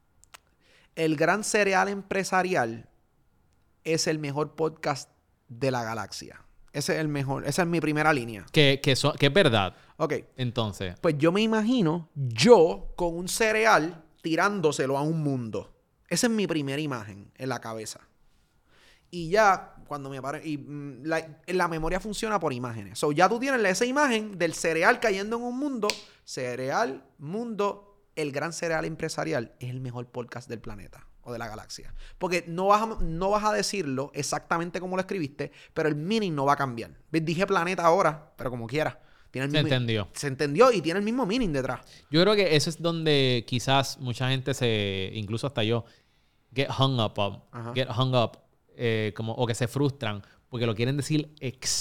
el gran cereal empresarial es el mejor podcast de la galaxia. Ese es el mejor. Esa es mi primera línea. Que, que, so- que es verdad. Ok. Entonces, Pues yo me imagino yo con un cereal tirándoselo a un mundo. Esa es mi primera imagen en la cabeza. Y ya, cuando me apare... Y mm, la, la memoria funciona por imágenes. So, ya tú tienes esa imagen del cereal cayendo en un mundo. Cereal, mundo, el gran cereal empresarial es el mejor podcast del planeta o de la galaxia. Porque no vas a, no vas a decirlo exactamente como lo escribiste, pero el meaning no va a cambiar. ¿Ves? Dije planeta ahora, pero como quiera. Tiene el se mismo- entendió. Se entendió y tiene el mismo meaning detrás. Yo creo que eso es donde quizás mucha gente se, incluso hasta yo, get hung up, on, Ajá. get hung up, eh, como, o que se frustran porque lo quieren decir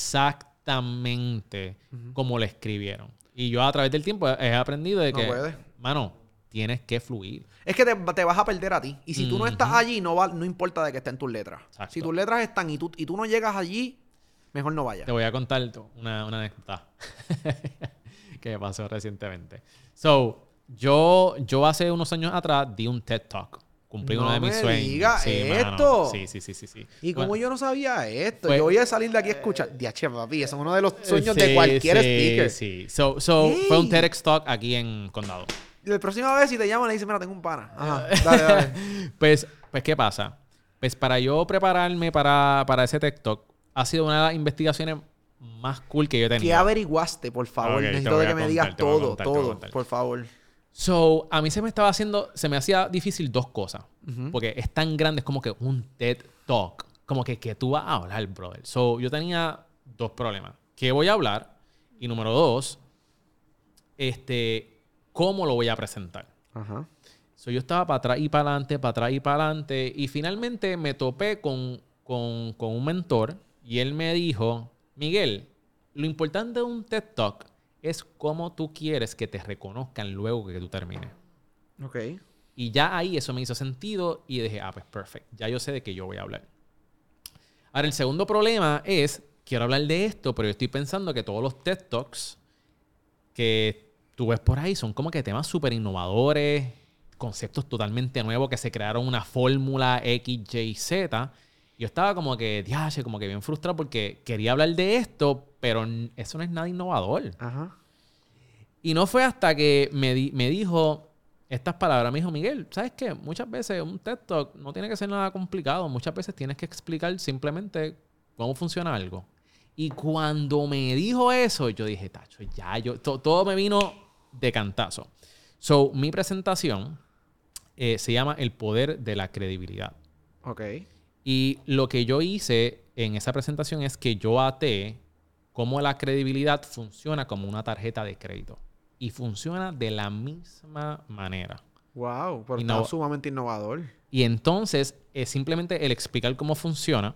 exactamente como lo escribieron. Y yo a través del tiempo he he aprendido de No que, puede. mano, tienes que fluir. Es que te, te vas a perder a ti. Y si tú no estás Ujú. allí, no, va, no importa de que estén tus letras. Exacto. Si tus letras están y tú, y tú no llegas allí, mejor no vayas. Te voy a contar una, una anécdota que me pasó recientemente. So, yo, yo hace unos años atrás di un TED Talk. Cumplí No uno de mis me sueños. diga Sí, esto. mano. Sí, sí, sí, sí, sí. ¿Y cómo Bueno, yo no sabía esto? Fue- yo voy a salir de aquí a escuchar. Diache, papi, eso es uno de los sueños sí, de cualquier sí, speaker. Sí, so, so Ey. fue un TEDx Talk aquí en Condado. Y la próxima vez si te llaman le dicen, mira, tengo un pana. Ajá, dale, dale. Pues, pues, ¿qué pasa? Pues para yo prepararme para, para ese TED Talk, ha sido una de las investigaciones más cool que yo he tenido. ¿Qué averiguaste, por favor? Ok, te Necesito voy de a que me contar, digas te voy a todo, contar, te voy a todo, contar. por favor. So, a mí se me estaba haciendo, se me hacía difícil dos cosas. Porque es tan grande, es como que un TED Talk. Como que, que tú vas a hablar, brother. So, yo tenía dos problemas. ¿Qué voy a hablar? Y número dos, este, ¿cómo lo voy a presentar? Ajá. So, yo estaba para atrás y para adelante, para atrás y para adelante. Y finalmente me topé con, con, con un mentor. Y él me dijo, Miguel, lo importante de un TED Talk es cómo tú quieres que te reconozcan luego que tú termines. Ok. Y ya ahí eso me hizo sentido y dije, ah, pues perfecto. Ya yo sé de qué yo voy a hablar. Ahora, el segundo problema es, quiero hablar de esto, pero yo estoy pensando que todos los TED Talks que tú ves por ahí son como que temas súper innovadores, conceptos totalmente nuevos que se crearon una fórmula X, Y, Z. Yo estaba como que, diache, como que bien frustrado porque quería hablar de esto, pero eso no es nada innovador. Ajá. Y no fue hasta que me, di- me dijo estas palabras. Me dijo, Miguel, ¿sabes qué? Muchas veces un TED Talk no tiene que ser nada complicado. Muchas veces tienes que explicar simplemente cómo funciona algo. Y cuando me dijo eso, yo dije, tacho, ya, yo, to- todo me vino de cantazo. So, mi presentación eh, se llama El Poder de la Credibilidad. Ok. Y lo que yo hice en esa presentación es que yo até cómo la credibilidad funciona como una tarjeta de crédito. Y funciona de la misma manera. Wow, pero Innova- está sumamente innovador. Y entonces, es simplemente el explicar cómo funciona.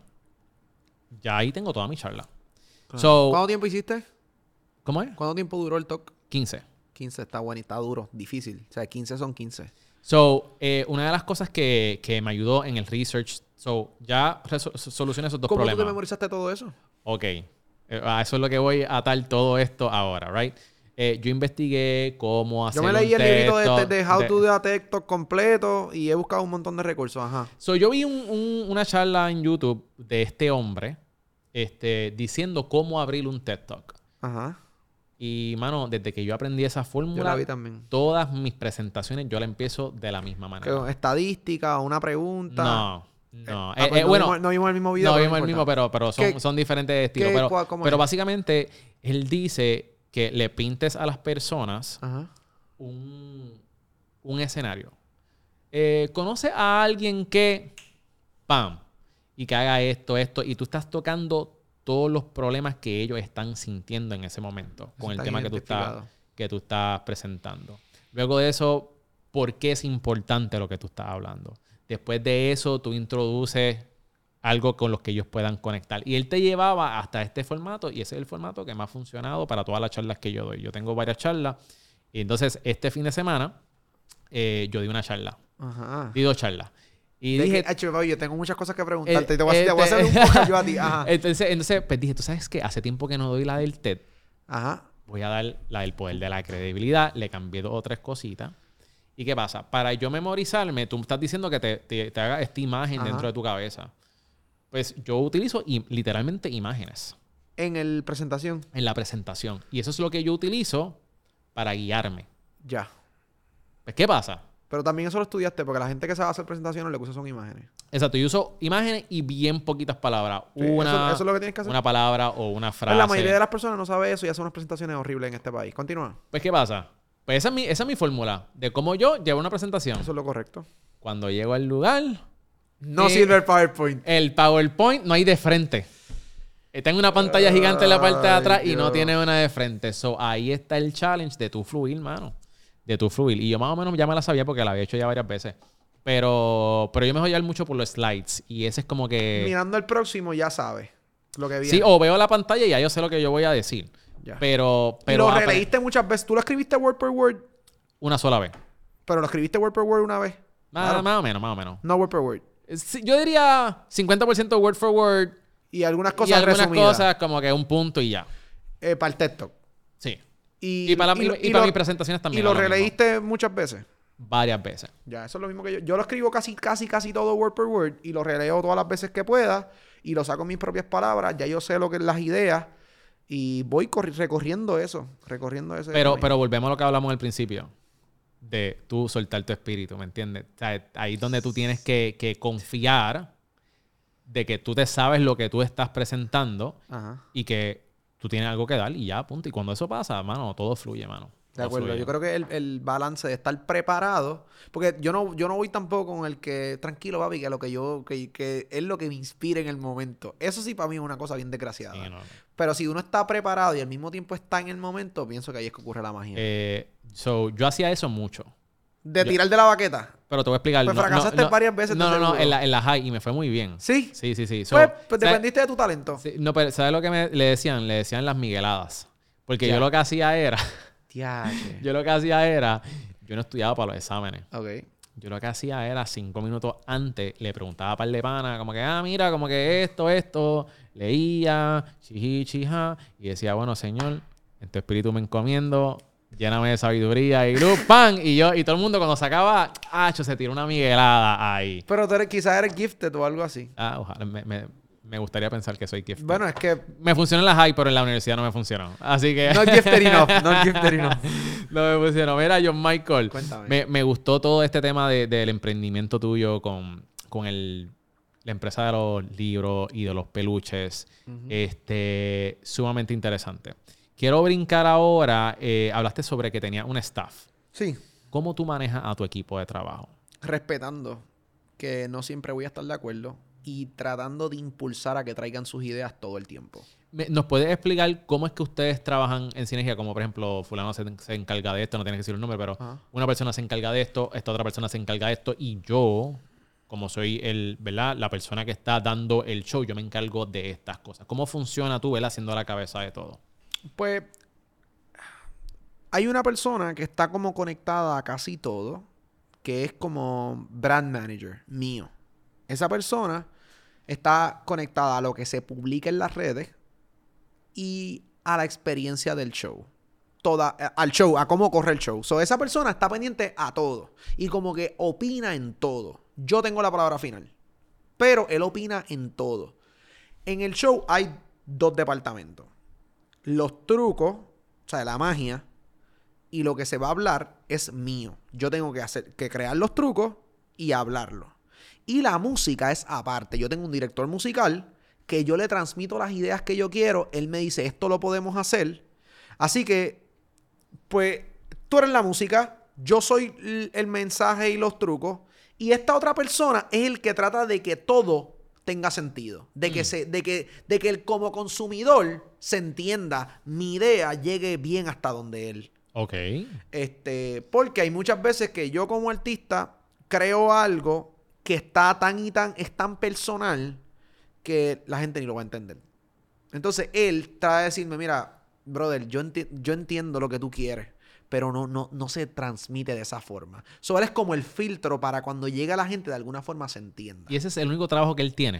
Ya ahí tengo toda mi charla. So, ¿Cuánto tiempo hiciste? ¿cómo es? ¿Cuánto tiempo duró el talk? quince. quince está bueno y está duro, difícil. O sea, quince son quince. So, eh, una de las cosas que, que me ayudó en el research, so, ya resol- solucioné esos dos ¿Cómo tú problemas. te memorizaste todo eso? Ok. Eh, a eso es lo que voy a atar todo esto ahora, right? Eh, yo investigué cómo hacer Yo me un leí el librito de, TED de, Talk de How de- to Do a TED Talk completo y he buscado un montón de recursos. Ajá. So, yo vi un- un- una charla en YouTube de este hombre este, diciendo cómo abrir un TED Talk. Ajá. Y, mano, desde que yo aprendí esa Yo la fórmula, vi también. todas mis presentaciones yo la empiezo de la misma manera. Que estadística, una pregunta. No, no. Ah, Eh, pues eh, no bueno, vimos, no vimos el mismo video. no pero vimos el mismo, importa. pero, pero son, ¿Qué- son diferentes estilos. qué- Pero, cuál- cómo pero es? básicamente, él dice que le pintes a las personas Ajá. un, un escenario. Eh, ¿Conoce a alguien que, pam, y que haga esto, esto, y tú estás tocando todos los problemas que ellos están sintiendo en ese momento con el está tema que tú, estás, identificado. que tú estás presentando? Luego de eso, ¿por qué es importante lo que tú estás hablando? Después de eso, tú introduces algo con los que ellos puedan conectar. Y él te llevaba hasta este formato y ese es el formato que me ha funcionado para todas las charlas que yo doy. Yo tengo varias charlas y entonces este fin de semana eh, yo di una charla. Ajá. Di dos charlas. Y De dije... que, Acho, yo tengo muchas cosas que preguntarte. eh, te, voy a, te voy a hacer un este- podcast yo a ti. Ajá. entonces, entonces, pues dije, ¿tú sabes qué? Hace tiempo que no doy la del TED. Ajá. Voy a dar la del poder de la credibilidad. Le cambié dos o tres cositas. ¿Y qué pasa? Para yo memorizarme, tú me estás diciendo que te, te, te haga esta imagen Ajá. dentro de tu cabeza. Pues yo utilizo i- literalmente imágenes En el presentación. en la presentación. Y eso es lo que yo utilizo para guiarme. Ya. Pues, ¿qué pasa? Pero también eso lo estudiaste porque la gente que sabe hacer presentaciones lo que usa son imágenes. Exacto, yo uso imágenes y bien poquitas palabras. Sí, Una, eso, eso es lo que tienes que hacer. una palabra o una Pues frase. la mayoría de las personas no sabe eso y hacen unas presentaciones horribles en este país. Continúa. Pues, ¿qué pasa? Pues esa es mi, esa es mi fórmula de cómo yo llevo una presentación. Eso es lo correcto. Cuando llego al lugar, No Eh, sirve el PowerPoint. el PowerPoint no hay de frente. Eh, Tengo una pantalla gigante en la parte de Ay, atrás y no Dios. tiene una de frente. So, ahí está el challenge de tu fluir, mano. De tu fluir. Y yo más o menos ya me la sabía porque la había hecho ya varias veces. Pero, pero yo me voy a llevar mucho por los slides. Y ese es como que... Mirando el próximo ya sabes lo que viene. Sí, o veo la pantalla y ya yo sé lo que yo voy a decir. Ya. Pero, y pero lo apre- releíste muchas veces. Tú lo escribiste word per word, una sola vez. pero lo escribiste word per word una vez. Más, Claro. más o menos, más o menos. No word per word. Sí, yo diría cincuenta por ciento word for word Y algunas y cosas algunas resumidas. cosas como que un punto y ya. Eh, para el TED Talk. Sí. Y, Y para, la- y, lo- y y para lo- mis presentaciones también. Y lo es mismo. releíste muchas veces. Varias veces. Ya, eso es lo mismo que yo. Yo lo escribo casi, casi, casi todo word per word y lo releo todas las veces que pueda y lo saco en mis propias palabras. Ya yo sé lo que es las ideas y voy corri- recorriendo eso, recorriendo ese. Pero, camino. pero volvemos a lo que hablamos al principio. De tú soltar tu espíritu, ¿me entiendes? O sea, ahí es donde tú tienes que, que confiar de que tú te sabes lo que tú estás presentando Ajá. y que tú tienes algo que dar y ya, punto. Y cuando eso pasa, mano, todo fluye, mano. De Todo acuerdo. fluye. Yo creo que el, el balance de estar preparado, porque yo no, yo no voy tampoco con el que tranquilo, papi, que lo que yo, que, que es lo que me inspira en el momento. Eso sí para mí es una cosa bien desgraciada. Sí, no, no. Pero si uno está preparado y al mismo tiempo está en el momento, pienso que ahí es que ocurre la magia. Eh, so, yo hacía eso mucho. de yo- tirar de la baqueta. Pero te voy a explicar. Pues no- no- fracasaste no- varias veces, No, de no, no, seguro. en la, en la high y me fue muy bien. Sí. Sí, sí, sí. So, Pues, pues ¿sabes? dependiste de tu talento. Sí, no, pero ¿sabes lo que me, le decían? Le decían las migueladas. Porque Ya. yo lo que hacía era... Tiache. yo lo que hacía era... Yo no estudiaba para los exámenes. Ok. yo lo que hacía era cinco minutos antes, le preguntaba a par de pana, como que, ah, mira, como que esto, esto, leía, chiji, chija, y decía, bueno, Señor, en tu espíritu me encomiendo, lléname de sabiduría y luz, ¡pam! Y yo, y todo el mundo cuando sacaba, ah, se tiró una miguelada ahí. Pero tú eres, quizás eres gifted o algo así. Ah, ojalá, me, me, me gustaría pensar que soy gifted. Bueno, es que... Me funcionó en la high, pero en la universidad no me funcionó. Así que... Not gifted enough, not gifted enough. No me funcionó. Mira, John Michael. Cuéntame. Me, me gustó todo este tema de, del emprendimiento tuyo con, con el, la empresa de los libros y de los peluches. Uh-huh. Este, sumamente interesante. Quiero brincar ahora. Eh, hablaste sobre que tenías un staff. Sí. ¿Cómo tú manejas a tu equipo de trabajo? Respetando que no siempre voy a estar de acuerdo y tratando de impulsar a que traigan sus ideas todo el tiempo. ¿Nos puedes explicar cómo es que ustedes trabajan en sinergia? Como por ejemplo, fulano se, se encarga de esto, no tienes que decir el nombre, pero uh-huh. una persona se encarga de esto, esta otra persona se encarga de esto y yo, como soy el, ¿verdad? La persona que está dando el show, yo me encargo de estas cosas. ¿Cómo funciona tú, ¿verdad? Siendo la cabeza de todo. Pues hay una persona que está como conectada a casi todo, que es como brand manager mío. Esa persona está conectada a lo que se publica en las redes y a la experiencia del show. Toda, al show, a cómo corre el show. So, esa persona está pendiente a todo y como que opina en todo. Yo tengo la palabra final, pero él opina en todo. En el show hay dos departamentos. Los trucos, o sea, la magia, y lo que se va a hablar es mío. Yo tengo que hacer, que crear los trucos y hablarlo. Y la música es aparte. Yo tengo un director musical que yo le transmito las ideas que yo quiero. Él me dice, esto lo podemos hacer. Así que, pues, tú eres la música, yo soy el mensaje y los trucos. Y esta otra persona es el que trata de que todo tenga sentido. De que, mm. se, de que, de que el, como consumidor se entienda, mi idea llegue bien hasta donde él. Ok. Este, porque hay muchas veces que yo como artista creo algo que está tan y tan, es tan personal que la gente ni lo va a entender. Entonces él trata de decirme, mira, brother, yo, enti- yo entiendo lo que tú quieres, pero no, no, no se transmite de esa forma. So, él es como el filtro para cuando llega la gente de alguna forma se entienda. ¿Y ese es el único trabajo que él tiene?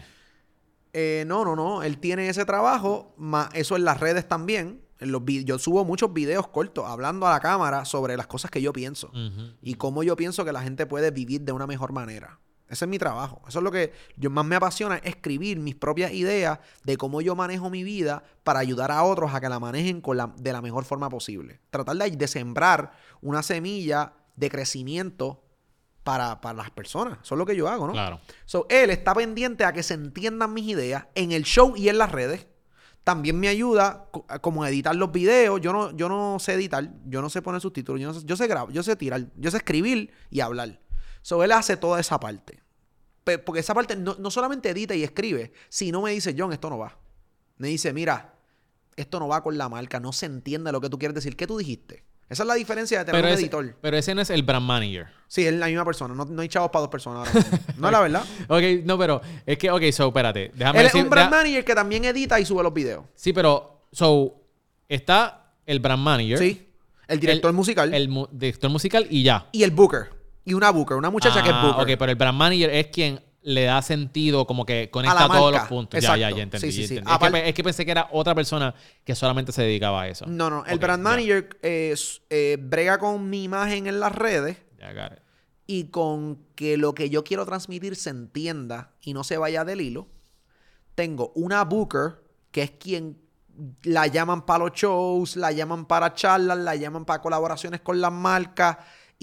Eh, no, no, no. Él tiene ese trabajo, más eso en las redes también. En los vi- yo subo muchos videos cortos hablando a la cámara sobre las cosas que yo pienso. Uh-huh. Y cómo yo pienso que la gente puede vivir de una mejor manera. Ese es mi trabajo. Eso es lo que yo más me apasiona, escribir mis propias ideas de cómo yo manejo mi vida para ayudar a otros a que la manejen con la, de la mejor forma posible. Tratar de, de sembrar una semilla de crecimiento para, para las personas. Eso es lo que yo hago, ¿no? Claro. So, él está pendiente a que se entiendan mis ideas en el show y en las redes. También me ayuda como a editar los videos. Yo no, yo no sé editar, yo no sé poner subtítulos, yo, no sé, yo sé grabar, yo sé tirar, yo sé escribir y hablar. So, él hace toda esa parte. Pero, porque esa parte no, no solamente edita y escribe, sino me dice, John, esto no va. Me dice, mira, esto no va con la marca, no se entiende lo que tú quieres decir. ¿Qué tú dijiste? Esa es la diferencia de tener pero un ese, editor. Pero ese no es el brand manager. Sí, es la misma persona. No, no hay chavos para dos personas ahora mismo. No es la verdad. Ok, no, pero es que, ok, so, espérate. Déjame Él decir, es un brand deja... manager que también edita y sube los videos. Sí, pero, so, está el brand manager. Sí. El director el, musical. El mu- director musical y ya. Y el booker. Y una booker. Una muchacha ah, que es booker. Ok, pero el brand manager es quien le da sentido, como que conecta a todos marca. los puntos. Exacto. Ya, ya, ya entendí. Sí, sí, ya sí. entendí. Apart- es, que, es que pensé que era otra persona que solamente se dedicaba a eso. No, no. El okay, brand ya. manager eh, eh, brega con mi imagen en las redes. Ya, got it. Y con que lo que yo quiero transmitir se entienda y no se vaya del hilo. Tengo una booker que es quien la llaman para los shows, la llaman para charlas, la llaman para colaboraciones con las marcas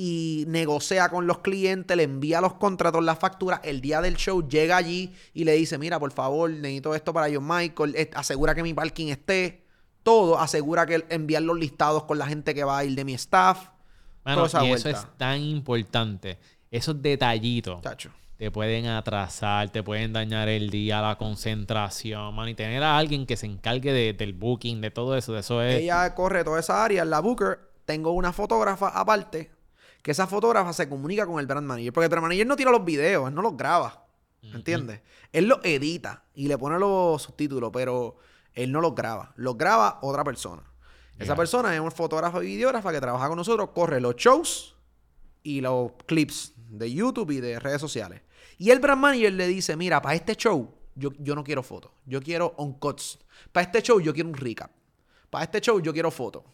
y negocia con los clientes, le envía los contratos, las facturas. El día del show llega allí y le dice, mira, por favor, necesito esto para John Michael, asegura que mi parking esté, todo, asegura que enviar los listados con la gente que va a ir de mi staff. Bueno, y eso es tan importante. Esos detallitos Tacho. te pueden atrasar, te pueden dañar el día, la concentración, man. Y tener a alguien que se encargue de, del booking, de todo eso, de eso es... Ella corre toda esa área. En la booker tengo una fotógrafa aparte, que esa fotógrafa se comunica con el brand manager. Porque el brand manager no tira los videos, él no los graba. ¿Me entiendes? Uh-huh. Él los edita y le pone los subtítulos, pero él no los graba. Los graba otra persona. Yeah. Esa persona es un fotógrafo y videógrafa que trabaja con nosotros, corre los shows y los clips de YouTube y de redes sociales. Y el brand manager le dice, mira, para este show yo, yo no quiero fotos, yo quiero on-cuts. Para este show yo quiero un recap. Para este show yo quiero fotos.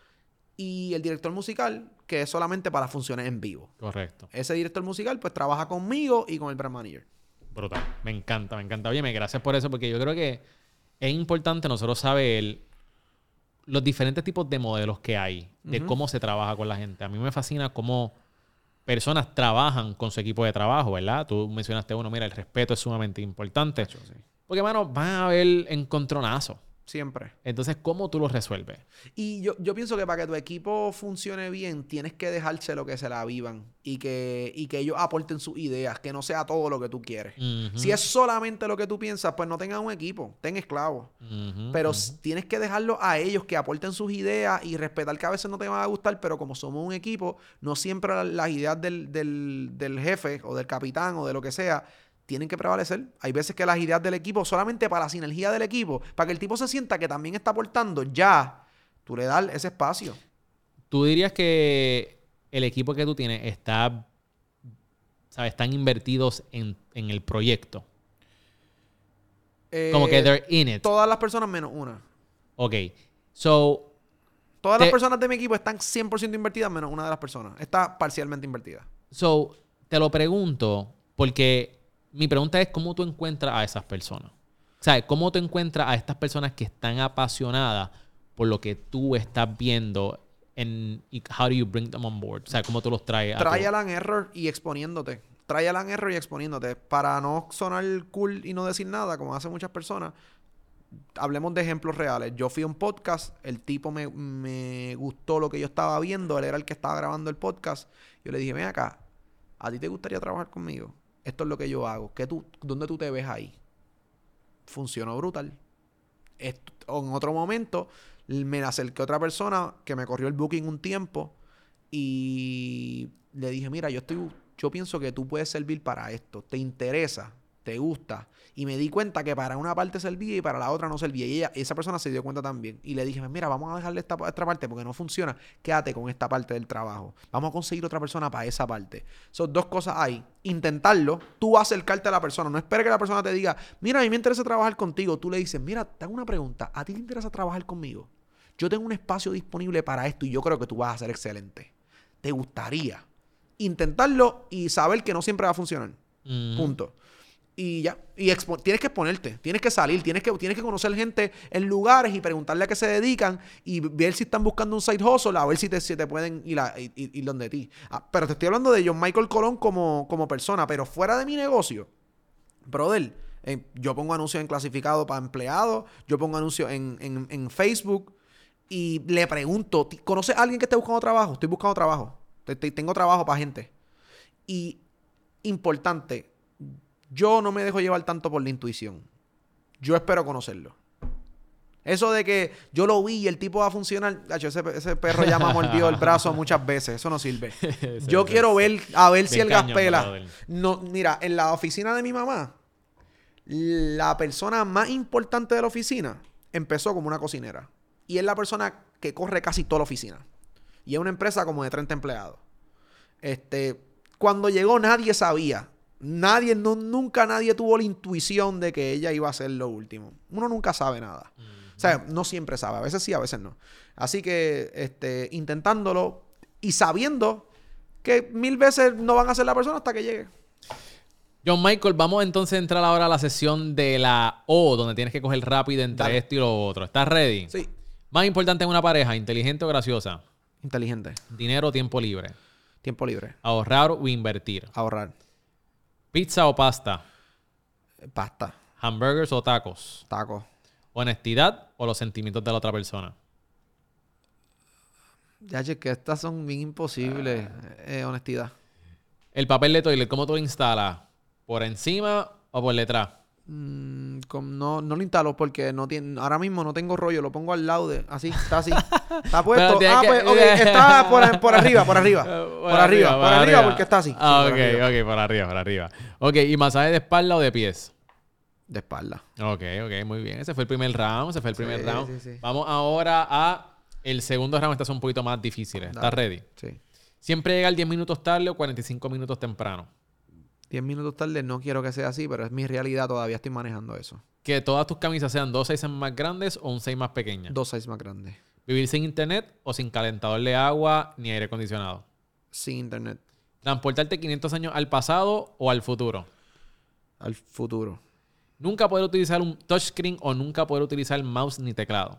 Y el director musical, que es solamente para funciones en vivo. Correcto. Ese director musical pues trabaja conmigo y con el brand manager. Brutal. Me encanta, me encanta. Oye, me gracias por eso, porque yo creo que es importante nosotros saber los diferentes tipos de modelos que hay, de uh-huh. cómo se trabaja con la gente. A mí me fascina cómo personas trabajan con su equipo de trabajo, ¿verdad? Tú mencionaste uno, mira, el respeto es sumamente importante. Hecho, sí. Porque, mano, van a haber encontronazos. Siempre. Entonces, ¿cómo tú los resuelves? Y yo, yo pienso que para que tu equipo funcione bien, tienes que dejárselo que se la vivan y que, y que ellos aporten sus ideas, que no sea todo lo que tú quieres. Uh-huh. Si es solamente lo que tú piensas, pues no tengas un equipo, ten esclavos. Uh-huh, pero uh-huh. tienes que dejarlo a ellos que aporten sus ideas y respetar que a veces no te van a gustar, pero como somos un equipo, no siempre las, las ideas del, del, del jefe o del capitán o de lo que sea tienen que prevalecer. Hay veces que las ideas del equipo, solamente para la sinergia del equipo, para que el tipo se sienta que también está aportando, ya, tú le das ese espacio. ¿Tú dirías que el equipo que tú tienes está, ¿sabes? Están invertidos en, en el proyecto? Eh, Como que they're in it. Todas las personas menos una. Ok. So... Todas te, las personas de mi equipo están cien por ciento invertidas menos una de las personas. Está parcialmente invertida. So, te lo pregunto porque... Mi pregunta es cómo tú encuentras a esas personas. O sea, cómo tú encuentras a estas personas que están apasionadas por lo que tú estás viendo en how do you bring them on board. O sea, cómo tú los traes. Trial and error y exponiéndote. Trial and error y exponiéndote. Para no sonar cool y no decir nada, como hacen muchas personas, hablemos de ejemplos reales. Yo fui a un podcast, el tipo me, me gustó lo que yo estaba viendo, él era el que estaba grabando el podcast. Yo le dije, ven acá, ¿a ti te gustaría trabajar conmigo? Esto es lo que yo hago. ¿Qué tú, ¿Dónde tú te ves ahí? Funcionó brutal. Esto, en otro momento, me acerqué a otra persona que me corrió el booking un tiempo y le dije, mira, yo estoy, yo pienso que tú puedes servir para esto. ¿Te interesa? ¿Te gusta? Y me di cuenta que para una parte servía y para la otra no servía. Y ella, esa persona se dio cuenta también. Y le dije, mira, vamos a dejarle esta, esta parte porque no funciona. Quédate con esta parte del trabajo. Vamos a conseguir otra persona para esa parte. Son dos cosas ahí. Intentarlo. Tú acercarte a la persona. No esperes que la persona te diga, mira, a mí me interesa trabajar contigo. Tú le dices, mira, te hago una pregunta. ¿A ti te interesa trabajar conmigo? Yo tengo un espacio disponible para esto y yo creo que tú vas a ser excelente. ¿Te gustaría? Intentarlo y saber que no siempre va a funcionar. Mm. Punto. Y ya, y expo- tienes que exponerte, tienes que salir, tienes que, tienes que conocer gente en lugares y preguntarle a qué se dedican y ver si están buscando un side hustle, a ver si te, si te pueden ir, a, ir, ir donde ti. Ah, pero te estoy hablando de John Michael Colón como, como persona, pero fuera de mi negocio, brother, eh, yo pongo anuncios en clasificado para empleados, yo pongo anuncios en, en, en Facebook y le pregunto, ¿conoces a alguien que esté buscando trabajo? Estoy buscando trabajo, te, te, tengo trabajo para gente. Y importante, yo no me dejo llevar tanto por la intuición. Yo espero conocerlo. Eso de que yo lo vi y el tipo va a funcionar, ese, ese perro ya me mordió el brazo muchas veces. Eso no sirve. Yo quiero ver, a ver si el gas pela. No, mira, en la oficina de mi mamá, la persona más importante de la oficina empezó como una cocinera. Y es la persona que corre casi toda la oficina. Y es una empresa como de treinta empleados. Este, cuando llegó nadie sabía. Nadie, no, nunca nadie tuvo la intuición de que ella iba a ser lo último. Uno nunca sabe nada. Mm-hmm. O sea, no siempre sabe. A veces sí, a veces no. Así que, este, intentándolo y sabiendo que mil veces no van a ser la persona hasta que llegue. John Michael, vamos entonces a entrar ahora a la sesión de la O, donde tienes que coger rápido entre Dale. esto y lo otro. ¿Estás ready? Sí. Más importante en una pareja, ¿inteligente o graciosa? Inteligente. ¿Dinero o tiempo libre? Tiempo libre. ¿Ahorrar o invertir? Ahorrar. ¿Pizza o pasta? Pasta. ¿Hamburgers o tacos? Tacos. ¿Honestidad o los sentimientos de la otra persona? Ya, che, que estas son bien imposibles. Uh, eh, honestidad. ¿El papel de toilet, cómo tú lo instalas? ¿Por encima o por detrás? Mm, con, no, no lo instalo porque no tiene, ahora mismo no tengo rollo. Lo pongo al lado de... Así, está así. Está puesto. Ah, que, pues, ok. Está por, por arriba, por arriba. Por, por arriba, arriba, por, por arriba, arriba porque está así. Ah, sí, ok, por ok, por arriba, por arriba. Ok, ¿y masaje de espalda o de pies? De espalda. Ok, ok, muy bien. Ese fue el primer round, ese fue el primer sí, round. Sí, sí. Vamos ahora a el segundo round. Estas son un poquito más difíciles. ¿Estás ready? Sí. Siempre llegar diez minutos tarde o cuarenta y cinco minutos temprano. diez minutos tarde no quiero que sea así, pero es mi realidad. Todavía estoy manejando eso. Que todas tus camisas sean dos sizes más grandes o un size más pequeña. Dos sizes más grandes. Vivir sin internet o sin calentador de agua ni aire acondicionado. Sin internet. Transportarte quinientos años al pasado o al futuro. Al futuro. Nunca poder utilizar un touchscreen o nunca poder utilizar mouse ni teclado.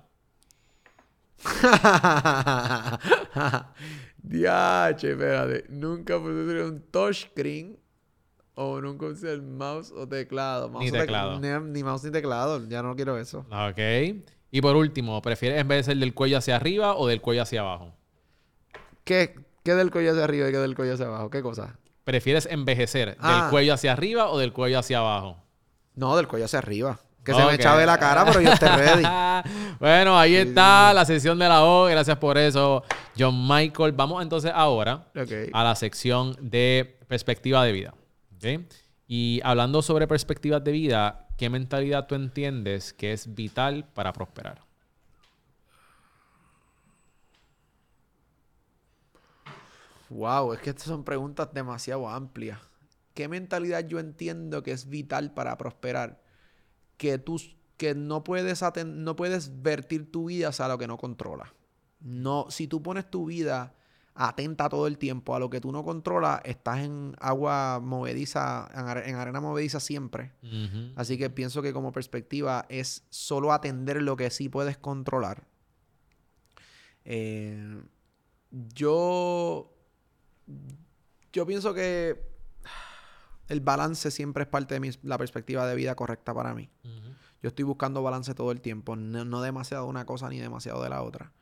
Diache, espérate. Nunca pude usar un touchscreen o nunca usé el mouse o teclado. Mouse Ni o tec- teclado. Ni, ni mouse ni teclado. Ya no quiero eso. Ok. Y por último, ¿prefieres envejecer del cuello hacia arriba o del cuello hacia abajo? ¿Qué, qué del cuello hacia arriba y qué del cuello hacia abajo? ¿Qué cosa? ¿Prefieres envejecer Ah. del cuello hacia arriba o del cuello hacia abajo? No, del cuello hacia arriba. Que se me Ok. echave la cara, pero yo esté ready. Bueno, ahí está la sesión de la O. Gracias por eso, John Michael. Vamos entonces ahora Ok. a la sección de perspectiva de vida. ¿Ok? Y hablando sobre perspectivas de vida, ¿qué mentalidad tú entiendes que es vital para prosperar? Wow, es que estas son preguntas demasiado amplias. ¿Qué mentalidad yo entiendo que es vital para prosperar? Que tú que no puedes aten- no puedes vertir tu vida hacia lo que no controlas. No, si tú pones tu vida atenta todo el tiempo a lo que tú no controlas, estás en agua movediza, en, are- en arena movediza siempre. Ujú. Así que pienso que como perspectiva es solo atender lo que sí puedes controlar. Eh, yo, yo pienso que el balance siempre es parte de mi- la perspectiva de vida correcta para mí. Ujú. Yo estoy buscando balance todo el tiempo, no, no demasiado de una cosa ni demasiado de la otra.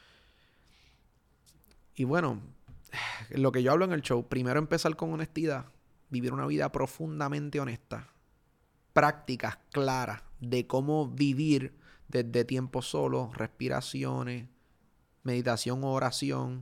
Y bueno, lo que yo hablo en el show, primero empezar con honestidad, vivir una vida profundamente honesta, prácticas claras de cómo vivir desde tiempo solo, respiraciones, meditación o oración,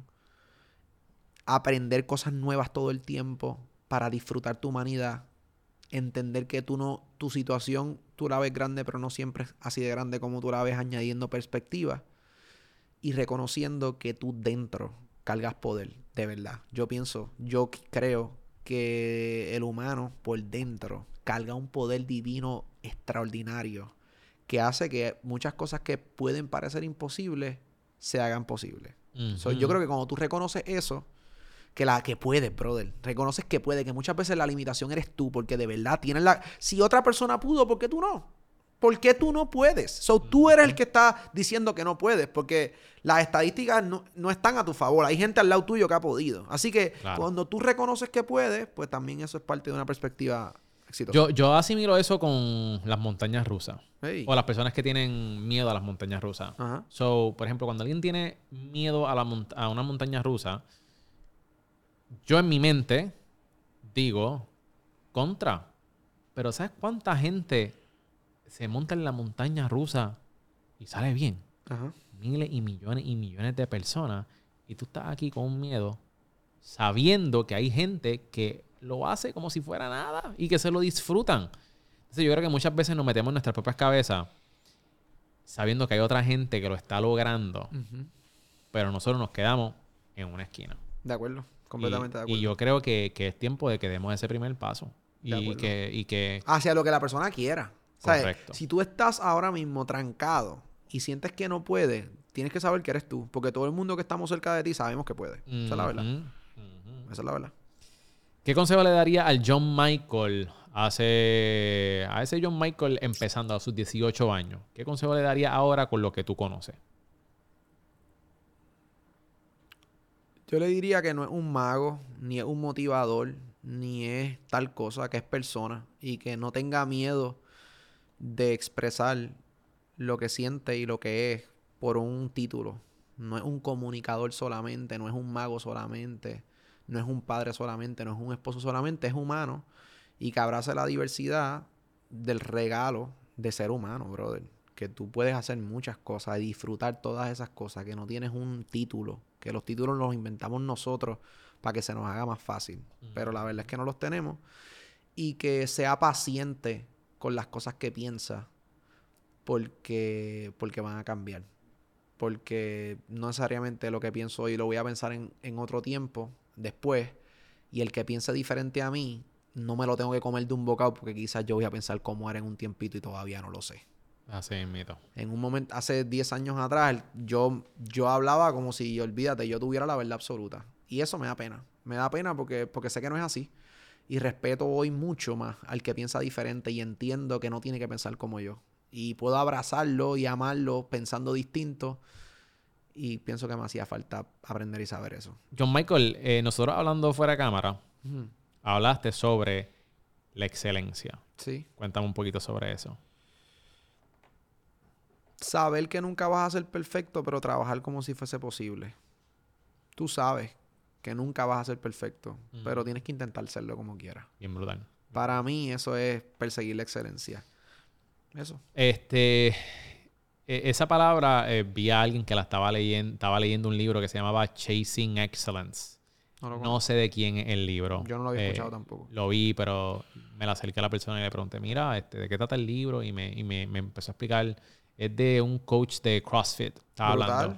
aprender cosas nuevas todo el tiempo para disfrutar tu humanidad, entender que tú no, tu situación tú la ves grande, pero no siempre es así de grande como tú la ves, añadiendo perspectiva y reconociendo que tú dentro cargas poder, de verdad. Yo pienso, yo creo que el humano por dentro carga un poder divino extraordinario que hace que muchas cosas que pueden parecer imposibles se hagan posibles. Ujú. So, yo creo que cuando tú reconoces eso, que la que puedes, brother, reconoces que puedes, que muchas veces la limitación eres tú, porque de verdad tienes la... Si otra persona pudo, ¿por qué tú no? ¿Por qué tú no puedes? So, tú eres el que está diciendo que no puedes, porque las estadísticas no, no están a tu favor. Hay gente al lado tuyo que ha podido. Así que Claro. cuando tú reconoces que puedes, pues también eso es parte de una perspectiva exitosa. Yo, yo asimilo eso con las montañas rusas. Hey. O las personas que tienen miedo a las montañas rusas. Ajá. So, por ejemplo, cuando alguien tiene miedo a, la mont- a una montaña rusa, yo en mi mente digo, contra. Pero ¿sabes cuánta gente se monta en la montaña rusa y sale bien? Ajá. Miles y millones y millones de personas. Y tú estás aquí con un miedo, sabiendo que hay gente que lo hace como si fuera nada y que se lo disfrutan. Entonces yo creo que muchas veces nos metemos en nuestras propias cabezas sabiendo que hay otra gente que lo está logrando, Ujú. pero nosotros nos quedamos en una esquina. De acuerdo. Y, Completamente de acuerdo. y yo creo que, que es tiempo de que demos ese primer paso. De Y acuerdo. que, y que... Hacia lo que la persona quiera. ¿Sabes? Correcto. Si tú estás ahora mismo trancado y sientes que no puedes, tienes que saber que eres tú. Porque todo el mundo que estamos cerca de ti sabemos que puede. Esa es la verdad. Ujú, ujú. Esa es la verdad. ¿Qué consejo le daría al John Michael hace, a ese John Michael empezando a sus dieciocho años? ¿Qué consejo le daría ahora con lo que tú conoces? Yo le diría que no es un mago, ni es un motivador, ni es tal cosa, que es persona. Y que no tenga miedo de expresar lo que siente y lo que es por un título. No es un comunicador solamente, no es un mago solamente, no es un padre solamente, no es un esposo solamente, es humano. Y que abrace la diversidad del regalo de ser humano, brother. Que tú puedes hacer muchas cosas y disfrutar todas esas cosas, que no tienes un título, que los títulos los inventamos nosotros para que se nos haga más fácil. Pero la verdad es que no los tenemos. Y que sea paciente con las cosas que piensa, porque, porque van a cambiar. Porque no necesariamente lo que pienso hoy lo voy a pensar en, en otro tiempo. después. Y el que piense diferente a mí, no me lo tengo que comer de un bocado porque quizás yo voy a pensar cómo era en un tiempito y todavía no lo sé. Así es, mito. En un momento, hace diez años atrás, yo, yo hablaba como si, olvídate, yo tuviera la verdad absoluta. Y eso me da pena. Me da pena porque, porque sé que no es así. Y respeto hoy mucho más al que piensa diferente y entiendo que no tiene que pensar como yo. Y puedo abrazarlo y amarlo pensando distinto. Y pienso que me hacía falta aprender y saber eso. John Michael, eh, nosotros hablando fuera de cámara, Uh-huh. hablaste sobre la excelencia. Sí. Cuéntame un poquito sobre eso. Saber que nunca vas a ser perfecto, pero trabajar como si fuese posible. Tú sabes que nunca vas a ser perfecto, uh-huh. pero tienes que intentar serlo como quieras. Bien brutal. Para mí eso es perseguir la excelencia. Eso. Este... Esa palabra, eh, vi a alguien que la estaba leyendo, estaba leyendo un libro que se llamaba Chasing Excellence. No, no sé de quién es el libro. Yo no lo había eh, escuchado tampoco. Lo vi, pero me la acerqué a la persona y le pregunté, mira, este, ¿de qué trata el libro? Y me, y me, me empezó a explicar. Es de un coach de CrossFit. Estaba Brutal. hablando.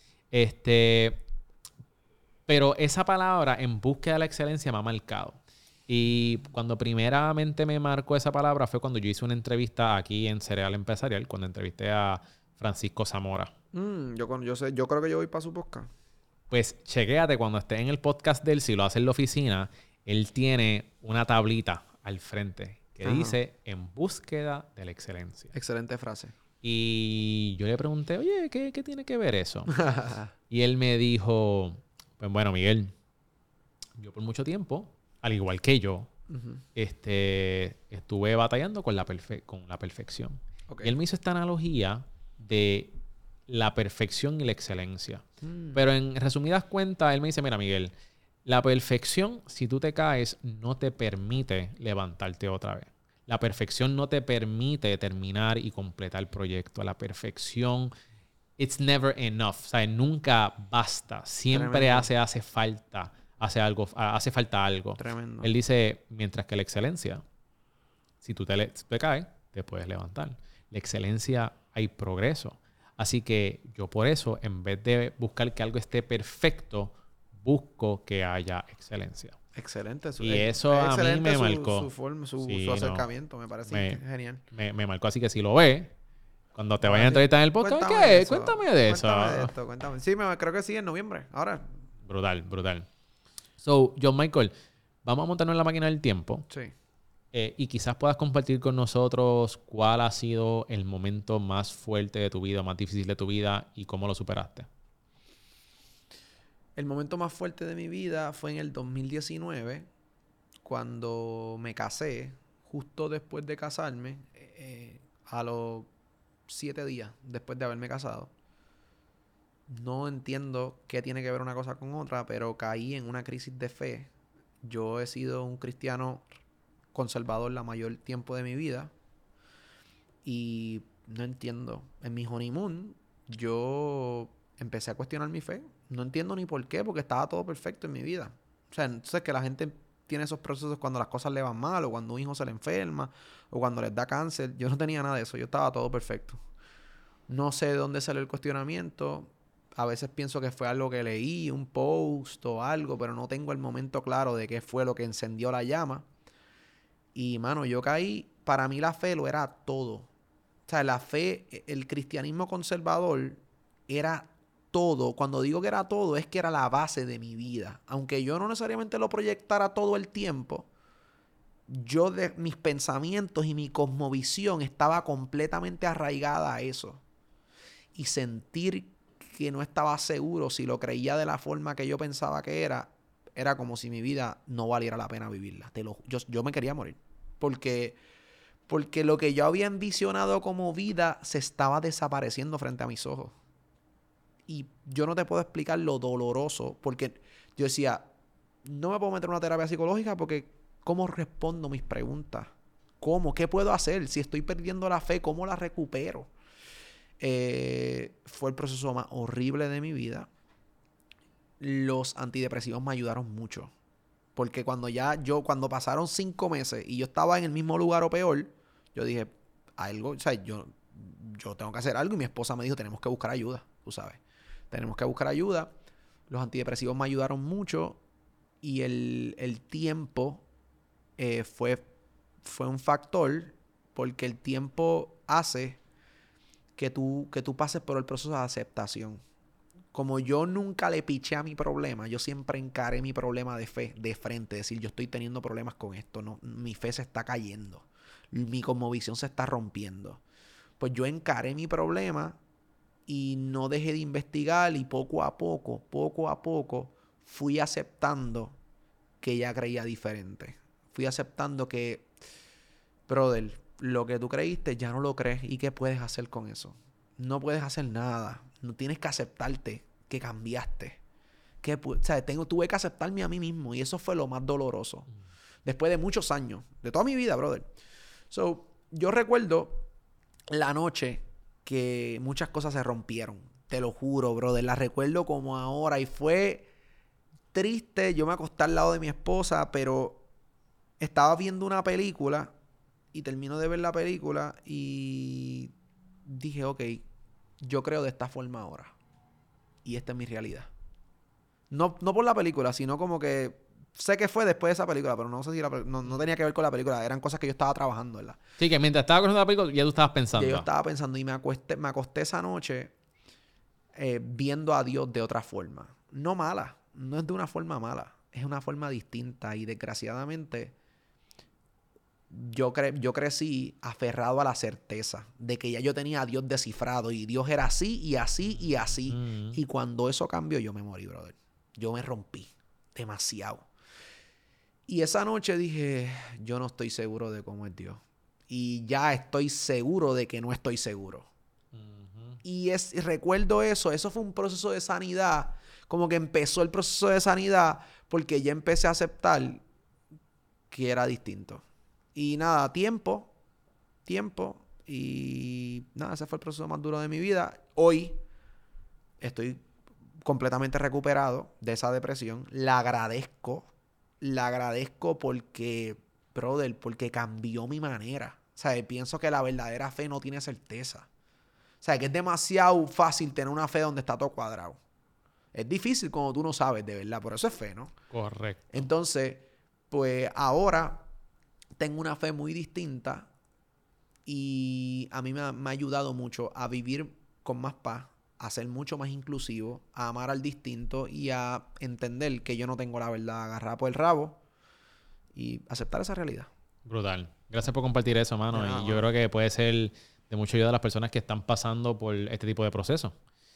Este, pero esa palabra, en búsqueda de la excelencia, me ha marcado. Y cuando primeramente me marcó esa palabra fue cuando yo hice una entrevista aquí en Cereal Empresarial, cuando entrevisté a Francisco Zamora. Mm, yo, yo, sé, yo creo que yo voy para su podcast. Pues chequéate cuando esté en el podcast de él, si lo hace en la oficina, él tiene una tablita al frente que Ajá. dice en búsqueda de la excelencia. Excelente frase. Y yo le pregunté, oye, ¿qué, qué tiene que ver eso? Y él me dijo, pues bueno, Miguel, yo por mucho tiempo... al igual que yo, uh-huh. este, estuve batallando con la, perfe- con la perfección. Okay. Y él me hizo esta analogía de la perfección y la excelencia. Mm. Pero en resumidas cuentas, él me dice, mira, Miguel, la perfección, si tú te caes, no te permite levantarte otra vez. La perfección no te permite terminar y completar el proyecto. La perfección, it's never enough. O sea, nunca basta. Siempre hace, hace falta. Hace algo, hace falta algo. Tremendo. Él dice, mientras que la excelencia, si tú te, le- te caes, te puedes levantar. La excelencia, hay progreso. Así que yo por eso, en vez de buscar que algo esté perfecto, busco que haya excelencia. Excelente. Su, y es, eso es a mí me su, marcó. Su, forma, su, sí, su acercamiento, no, me parece me, genial. Me, me marcó, así que si lo ves, cuando te Ahora vayas a entrevistar en el podcast, cuéntame ¿qué? De cuéntame de eso. Cuéntame de esto, cuéntame. Sí, me, creo que sí, en noviembre. Ahora. Brutal, brutal. So, John Michael, vamos a montarnos en la máquina del tiempo. Sí. Eh, y quizás puedas compartir con nosotros cuál ha sido el momento más fuerte de tu vida, más difícil de tu vida y cómo lo superaste. El momento más fuerte de mi vida fue en el dos mil diecinueve, cuando me casé, justo después de casarme, eh, a los siete días después de haberme casado. No entiendo qué tiene que ver una cosa con otra, pero caí en una crisis de fe. Yo he sido un cristiano conservador la mayor tiempo de mi vida y no entiendo. En mi honeymoon yo empecé a cuestionar mi fe. No entiendo ni por qué, porque estaba todo perfecto en mi vida. O sea, entonces que la gente tiene esos procesos cuando las cosas le van mal, o cuando un hijo se le enferma, o cuando les da cáncer. Yo no tenía nada de eso. Yo estaba todo perfecto. No sé de dónde salió el cuestionamiento. A veces pienso que fue algo que leí, un post o algo, pero no tengo el momento claro de qué fue lo que encendió la llama. Y, mano, yo caí... Para mí la fe lo era todo. O sea, la fe, el cristianismo conservador era todo. Cuando digo que era todo, es que era la base de mi vida. Aunque yo no necesariamente lo proyectara todo el tiempo, yo de mis pensamientos y mi cosmovisión estaba completamente arraigada a eso. Y sentir que no estaba seguro si lo creía de la forma que yo pensaba que era, era como si mi vida no valiera la pena vivirla. Te lo, yo, yo me quería morir. Porque, porque lo que yo había envisionado como vida se estaba desapareciendo frente a mis ojos. Y yo no te puedo explicar lo doloroso, porque yo decía, no me puedo meter en una terapia psicológica porque ¿cómo respondo mis preguntas? ¿Cómo? ¿Qué puedo hacer? Si estoy perdiendo la fe, ¿cómo la recupero? Eh, fue el proceso más horrible de mi vida. Los antidepresivos me ayudaron mucho. Porque cuando ya yo, cuando pasaron cinco meses y yo estaba en el mismo lugar o peor, yo dije, algo, o sea, yo, yo tengo que hacer algo. Y mi esposa me dijo, tenemos que buscar ayuda, tú sabes. Tenemos que buscar ayuda. Los antidepresivos me ayudaron mucho. y el, el tiempo eh, fue, fue un factor porque el tiempo hace que tú, que tú pases por el proceso de aceptación. Como yo nunca le piché a mi problema, yo siempre encaré mi problema de fe, de frente. Decir, yo estoy teniendo problemas con esto. No, mi fe se está cayendo. Mi cosmovisión se está rompiendo. Pues yo encaré mi problema y no dejé de investigar. Y poco a poco, poco a poco, fui aceptando que ya creía diferente. Fui aceptando que, brother, lo que tú creíste ya no lo crees. ¿Y qué puedes hacer con eso? No puedes hacer nada. No tienes que aceptarte que cambiaste. Que, o sea, tengo, tuve que aceptarme a mí mismo. Y eso fue lo más doloroso. Después de muchos años. De toda mi vida, brother. So, yo recuerdo la noche que muchas cosas se rompieron. Te lo juro, brother. La recuerdo como ahora. Y fue triste. Yo me acosté al lado de mi esposa, pero estaba viendo una película. Y termino de ver la película. Y dije, ok, yo creo de esta forma ahora. Y esta es mi realidad. No, no por la película, sino como que sé que fue después de esa película, pero no sé si la, no, no tenía que ver con la película. Eran cosas que yo estaba trabajando, ¿verdad? Sí, que mientras estaba con la película ya tú estabas pensando. Ya yo estaba pensando y me acosté, me acosté esa noche eh, viendo a Dios de otra forma. No mala. No es de una forma mala. Es una forma distinta. Y desgraciadamente yo, cre yo crecí aferrado a la certeza de que ya yo tenía a Dios descifrado. Y Dios era así y así y así. Mm. Y cuando eso cambió, yo me morí, brother. Yo me rompí. Demasiado. Y esa noche dije, yo no estoy seguro de cómo es Dios. Y ya estoy seguro de que no estoy seguro. Uh-huh. Y es, recuerdo eso. Eso fue un proceso de sanidad. Como que empezó el proceso de sanidad porque ya empecé a aceptar que era distinto. Y nada, tiempo. Tiempo. Y nada, ese fue el proceso más duro de mi vida. Hoy estoy completamente recuperado de esa depresión. La agradezco. La agradezco porque, brother, porque cambió mi manera. O sea, pienso que la verdadera fe no tiene certeza. O sea, que es demasiado fácil tener una fe donde está todo cuadrado. Es difícil cuando tú no sabes, de verdad. Por eso es fe, ¿no? Correcto. Entonces, pues ahora tengo una fe muy distinta y a mí me ha, me ha ayudado mucho a vivir con más paz, a ser mucho más inclusivo, a amar al distinto y a entender que yo no tengo la verdad agarrada por el rabo y aceptar esa realidad. Brutal. Gracias por compartir eso, mano. Y yo creo que puede ser de mucha ayuda a las personas que están pasando por este tipo de procesos.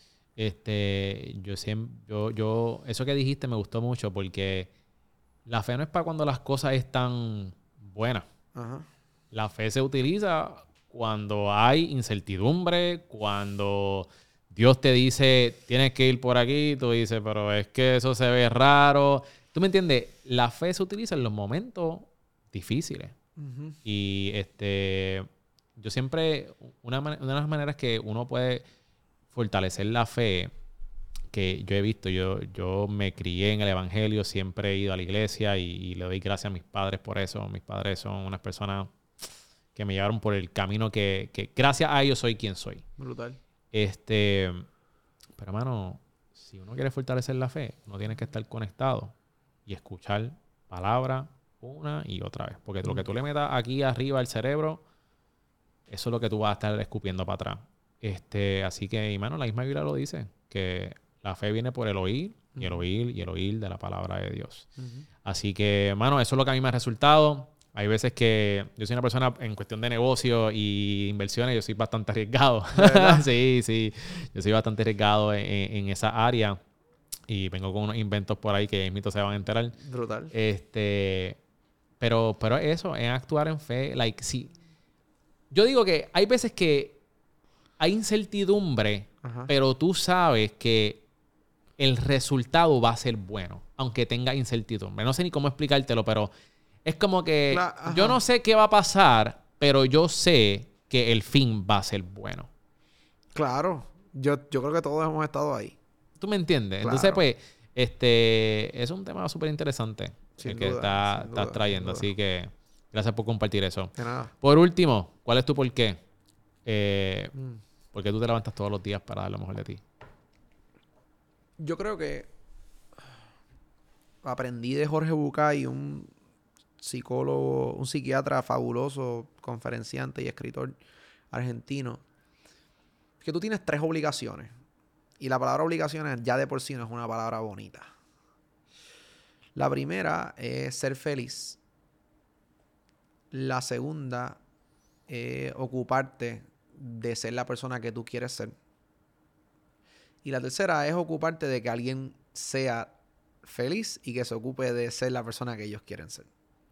Este, yo siempre, yo, yo, eso que dijiste me gustó mucho porque la fe no es para cuando las cosas están buenas. Ajá. La fe se utiliza cuando hay incertidumbre, cuando Dios te dice, tienes que ir por aquí, tú dices, pero es que eso se ve raro. ¿Tú me entiendes? La fe se utiliza en los momentos difíciles. Uh-huh. Y este, yo siempre, una, una de las maneras que uno puede fortalecer la fe, que yo he visto, yo, yo me crié en el evangelio, siempre he ido a la iglesia y, y le doy gracias a mis padres por eso. Mis padres son unas personas que me llevaron por el camino que, que gracias a ellos soy quien soy. Brutal. Este, pero hermano, si uno quiere fortalecer la fe, uno tiene que estar conectado y escuchar palabras una y otra vez. Porque mm. lo que tú le metas aquí arriba al cerebro, eso es lo que tú vas a estar escupiendo para atrás. Este, así que, hermano, la misma Biblia lo dice, que la fe viene por el oír, mm. y el oír, y el oír de la palabra de Dios. Mm-hmm. Así que, hermano, eso es lo que a mí me ha resultado. Hay veces que yo soy una persona en cuestión de negocio y inversiones, yo soy bastante arriesgado. sí, sí. Yo soy bastante arriesgado en, en esa área. Y vengo con unos inventos por ahí que mitos se van a enterar. Brutal. Este, pero, pero eso, es actuar en fe. Like, sí. Yo digo que hay veces que hay incertidumbre, ajá, pero tú sabes que el resultado va a ser bueno, aunque tenga incertidumbre. No sé ni cómo explicártelo, pero es como que la, yo no sé qué va a pasar, pero yo sé que el fin va a ser bueno. Claro. Yo, yo creo que todos hemos estado ahí. ¿Tú me entiendes? Claro. Entonces, pues, este es un tema súper interesante el que está, duda, estás trayendo. Así que gracias por compartir eso. De nada. Por último, ¿cuál es tu por qué? Eh, mm. ¿Por qué tú te levantas todos los días para dar lo mejor de ti? Yo creo que aprendí de Jorge Bucay, un psicólogo, un psiquiatra fabuloso, conferenciante y escritor argentino, que tú tienes tres obligaciones. Y la palabra obligaciones ya de por sí no es una palabra bonita. La primera es ser feliz. La segunda es ocuparte de ser la persona que tú quieres ser. Y la tercera es ocuparte de que alguien sea feliz y que se ocupe de ser la persona que ellos quieren ser.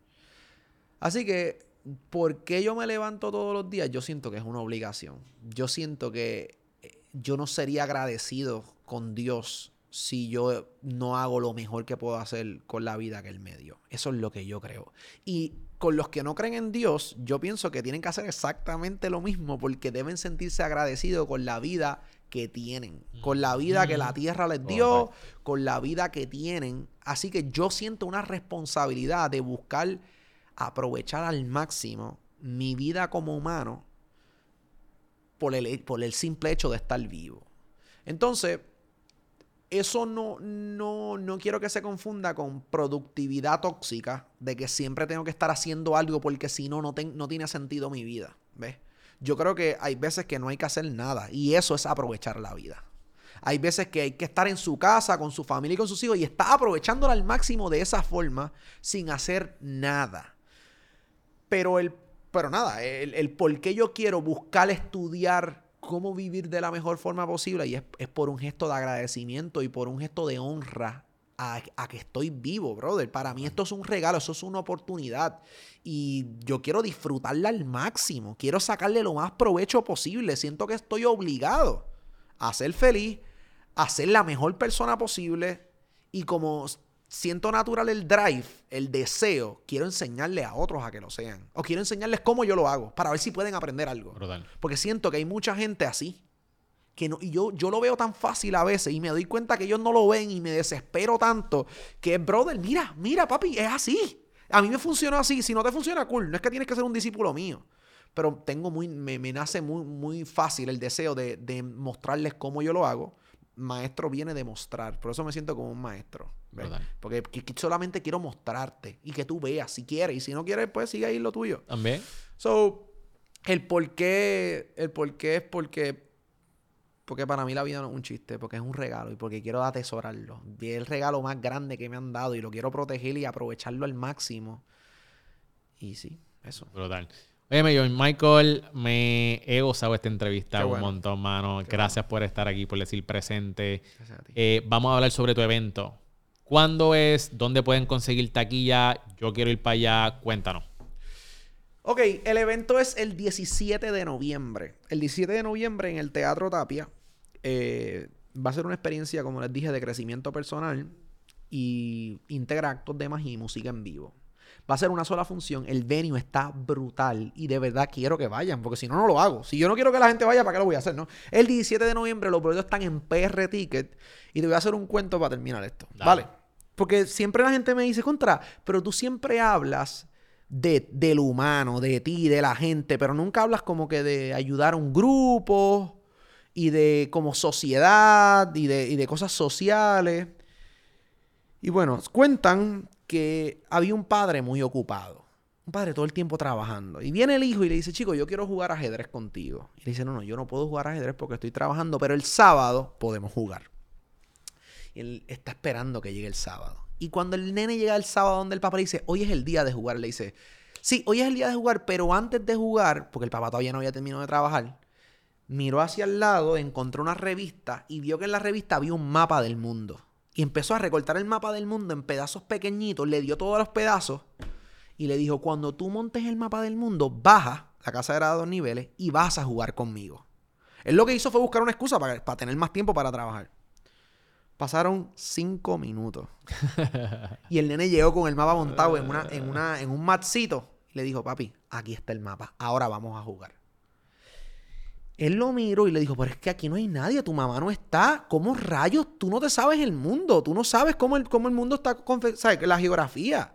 Así que, ¿por qué yo me levanto todos los días? Yo siento que es una obligación. Yo siento que yo no sería agradecido con Dios si yo no hago lo mejor que puedo hacer con la vida que Él me dio. Eso es lo que yo creo. Y con los que no creen en Dios, yo pienso que tienen que hacer exactamente lo mismo porque deben sentirse agradecidos con la vida que tienen, con la vida que la tierra les dio, con la vida que tienen. Así que yo siento una responsabilidad de buscar aprovechar al máximo mi vida como humano por el, por el simple hecho de estar vivo. Entonces, eso no, no, no quiero que se confunda con productividad tóxica, de que siempre tengo que estar haciendo algo porque si no, no, ten, no tiene sentido mi vida. ¿Ves? Yo creo que hay veces que no hay que hacer nada y eso es aprovechar la vida. Hay veces que hay que estar en su casa, con su familia y con sus hijos y está aprovechándola al máximo de esa forma sin hacer nada. Pero, el, pero nada, el, el por qué yo quiero buscar estudiar cómo vivir de la mejor forma posible y es, es por un gesto de agradecimiento y por un gesto de honra a, a que estoy vivo, brother. Para mí esto es un regalo, eso es una oportunidad y yo quiero disfrutarla al máximo. Quiero sacarle lo más provecho posible. Siento que estoy obligado a ser feliz, a ser la mejor persona posible y como siento natural el drive, el deseo, quiero enseñarle a otros a que lo sean. O quiero enseñarles cómo yo lo hago para ver si pueden aprender algo. Brutal. Porque siento que hay mucha gente así. Que no, y yo, yo lo veo tan fácil a veces y me doy cuenta que ellos no lo ven y me desespero tanto que, brother, mira, mira, papi, es así. A mí me funcionó así. Si no te funciona, cool. No es que tienes que ser un discípulo mío. Pero tengo muy, me, me nace muy, muy fácil el deseo de, de mostrarles cómo yo lo hago. Maestro viene de mostrar. Por eso me siento como un maestro. Porque que, que solamente quiero mostrarte y que tú veas si quieres. Y si no quieres, pues sigue ahí lo tuyo. También. So, el por qué, el por qué es porque... Porque para mí la vida no es un chiste, porque es un regalo y porque quiero atesorarlo. Es el regalo más grande que me han dado y lo quiero proteger y aprovecharlo al máximo. Y sí, eso. Brutal. Oye, John Michael, me he gozado esta entrevista Qué un bueno. montón, mano. Qué Gracias bueno. por estar aquí, por decir presente. Gracias a ti. Eh, vamos a hablar sobre tu evento. ¿Cuándo es? ¿Dónde pueden conseguir taquilla? Yo quiero ir para allá. Cuéntanos. Ok, el evento es el diecisiete de noviembre. El diecisiete de noviembre en el Teatro Tapia. Eh, va a ser una experiencia, como les dije, de crecimiento personal y integra actos de magia y música en vivo. Va a ser una sola función. El venue está brutal y de verdad quiero que vayan, porque si no, no lo hago. Si yo no quiero que la gente vaya, ¿para qué lo voy a hacer, no? El diecisiete de noviembre los boletos están en P R Ticket y te voy a hacer un cuento para terminar esto. Dale. ¿Vale? Porque siempre la gente me dice, contra, pero tú siempre hablas... De, del humano, de ti, de la gente, pero nunca hablas como que de ayudar a un grupo y de como sociedad y de, y de cosas sociales. Y bueno, cuentan que había un padre muy ocupado, un padre todo el tiempo trabajando. Y viene el hijo y le dice, chico, yo quiero jugar ajedrez contigo. Y le dice, no, no, yo no puedo jugar ajedrez porque estoy trabajando, pero el sábado podemos jugar. Y él está esperando que llegue el sábado. Y cuando el nene llega el sábado donde el papá le dice, hoy es el día de jugar, le dice, sí, hoy es el día de jugar, pero antes de jugar, porque el papá todavía no había terminado de trabajar, miró hacia el lado, encontró una revista y vio que en la revista había un mapa del mundo. Y empezó a recortar el mapa del mundo en pedazos pequeñitos, le dio todos los pedazos y le dijo, cuando tú montes el mapa del mundo, baja, la casa era de dos niveles, y vas a jugar conmigo. Él lo que hizo fue buscar una excusa para, para tener más tiempo para trabajar. Pasaron cinco minutos. Y el nene llegó con el mapa montado en, una, en, una, en un matcito. Y le dijo, papi, aquí está el mapa. Ahora vamos a jugar. Él lo miró y le dijo, pero es que aquí no hay nadie. Tu mamá no está. ¿Cómo rayos? Tú no te sabes el mundo. Tú no sabes cómo el, cómo el mundo está... ¿Sabes? La geografía.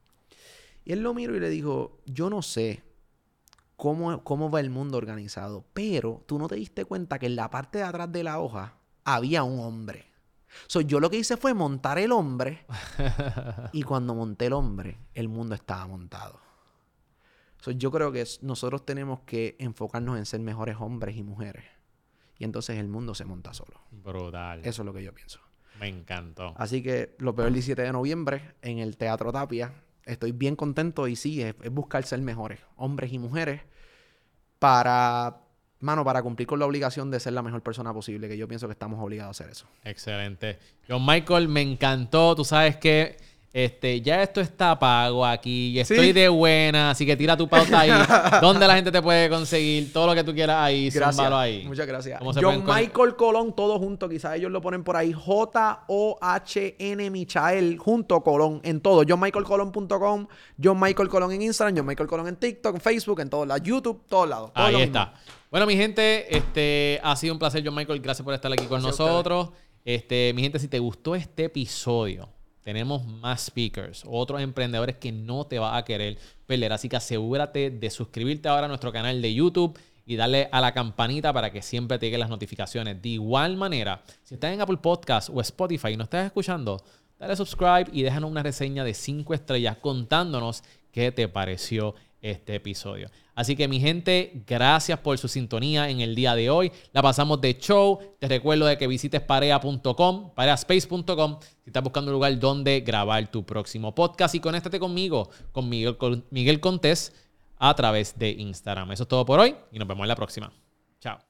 Y él lo miró y le dijo, yo no sé cómo, cómo va el mundo organizado. Pero tú no te diste cuenta que en la parte de atrás de la hoja había un hombre. So, yo lo que hice fue montar el hombre y cuando monté el hombre, el mundo estaba montado. So, yo creo que nosotros tenemos que enfocarnos en ser mejores hombres y mujeres. Y entonces el mundo se monta solo. Brutal. Eso es lo que yo pienso. Me encantó. Así que lo veo el diecisiete de noviembre en el Teatro Tapia. Estoy bien contento y sí, es, es buscar ser mejores, hombres y mujeres, para, mano, para cumplir con la obligación de ser la mejor persona posible, que yo pienso que estamos obligados a hacer eso. Excelente. John Michael, me encantó. Tú sabes que este, ya esto está pago aquí y estoy ¿Sí? de buena, así que tira tu pauta ahí. ¿Dónde la gente te puede conseguir? Todo lo que tú quieras ahí, zúmbalo ahí. Muchas gracias. ¿Cómo se John pueden Michael Colón, todo junto. Quizás ellos lo ponen por ahí. J O H N Michael, junto Colón, en todo. john michael colón punto com, John Michael Colón en Instagram, John Michael Colón en TikTok, en Facebook, en todos lados. YouTube, todos lados. Todo Ahí lo está. mismo. Bueno, mi gente, este ha sido un placer, John Michael. Gracias por estar aquí con Gracias a nosotros. Este, mi gente, si te gustó este episodio, tenemos más speakers, otros emprendedores que no te vas a querer perder. Así que asegúrate de suscribirte ahora a nuestro canal de YouTube y darle a la campanita para que siempre te lleguen las notificaciones. De igual manera, si estás en Apple Podcast o Spotify y nos estás escuchando, dale subscribe y déjanos una reseña de cinco estrellas contándonos qué te pareció este episodio. Así que mi gente, gracias por su sintonía en el día de hoy. La pasamos de show. Te recuerdo de que visites parea punto com, parea space punto com, si estás buscando un lugar donde grabar tu próximo podcast. Y conéctate conmigo, con Miguel, con Miguel Contés, a través de Instagram. Eso es todo por hoy y nos vemos en la próxima. Chao.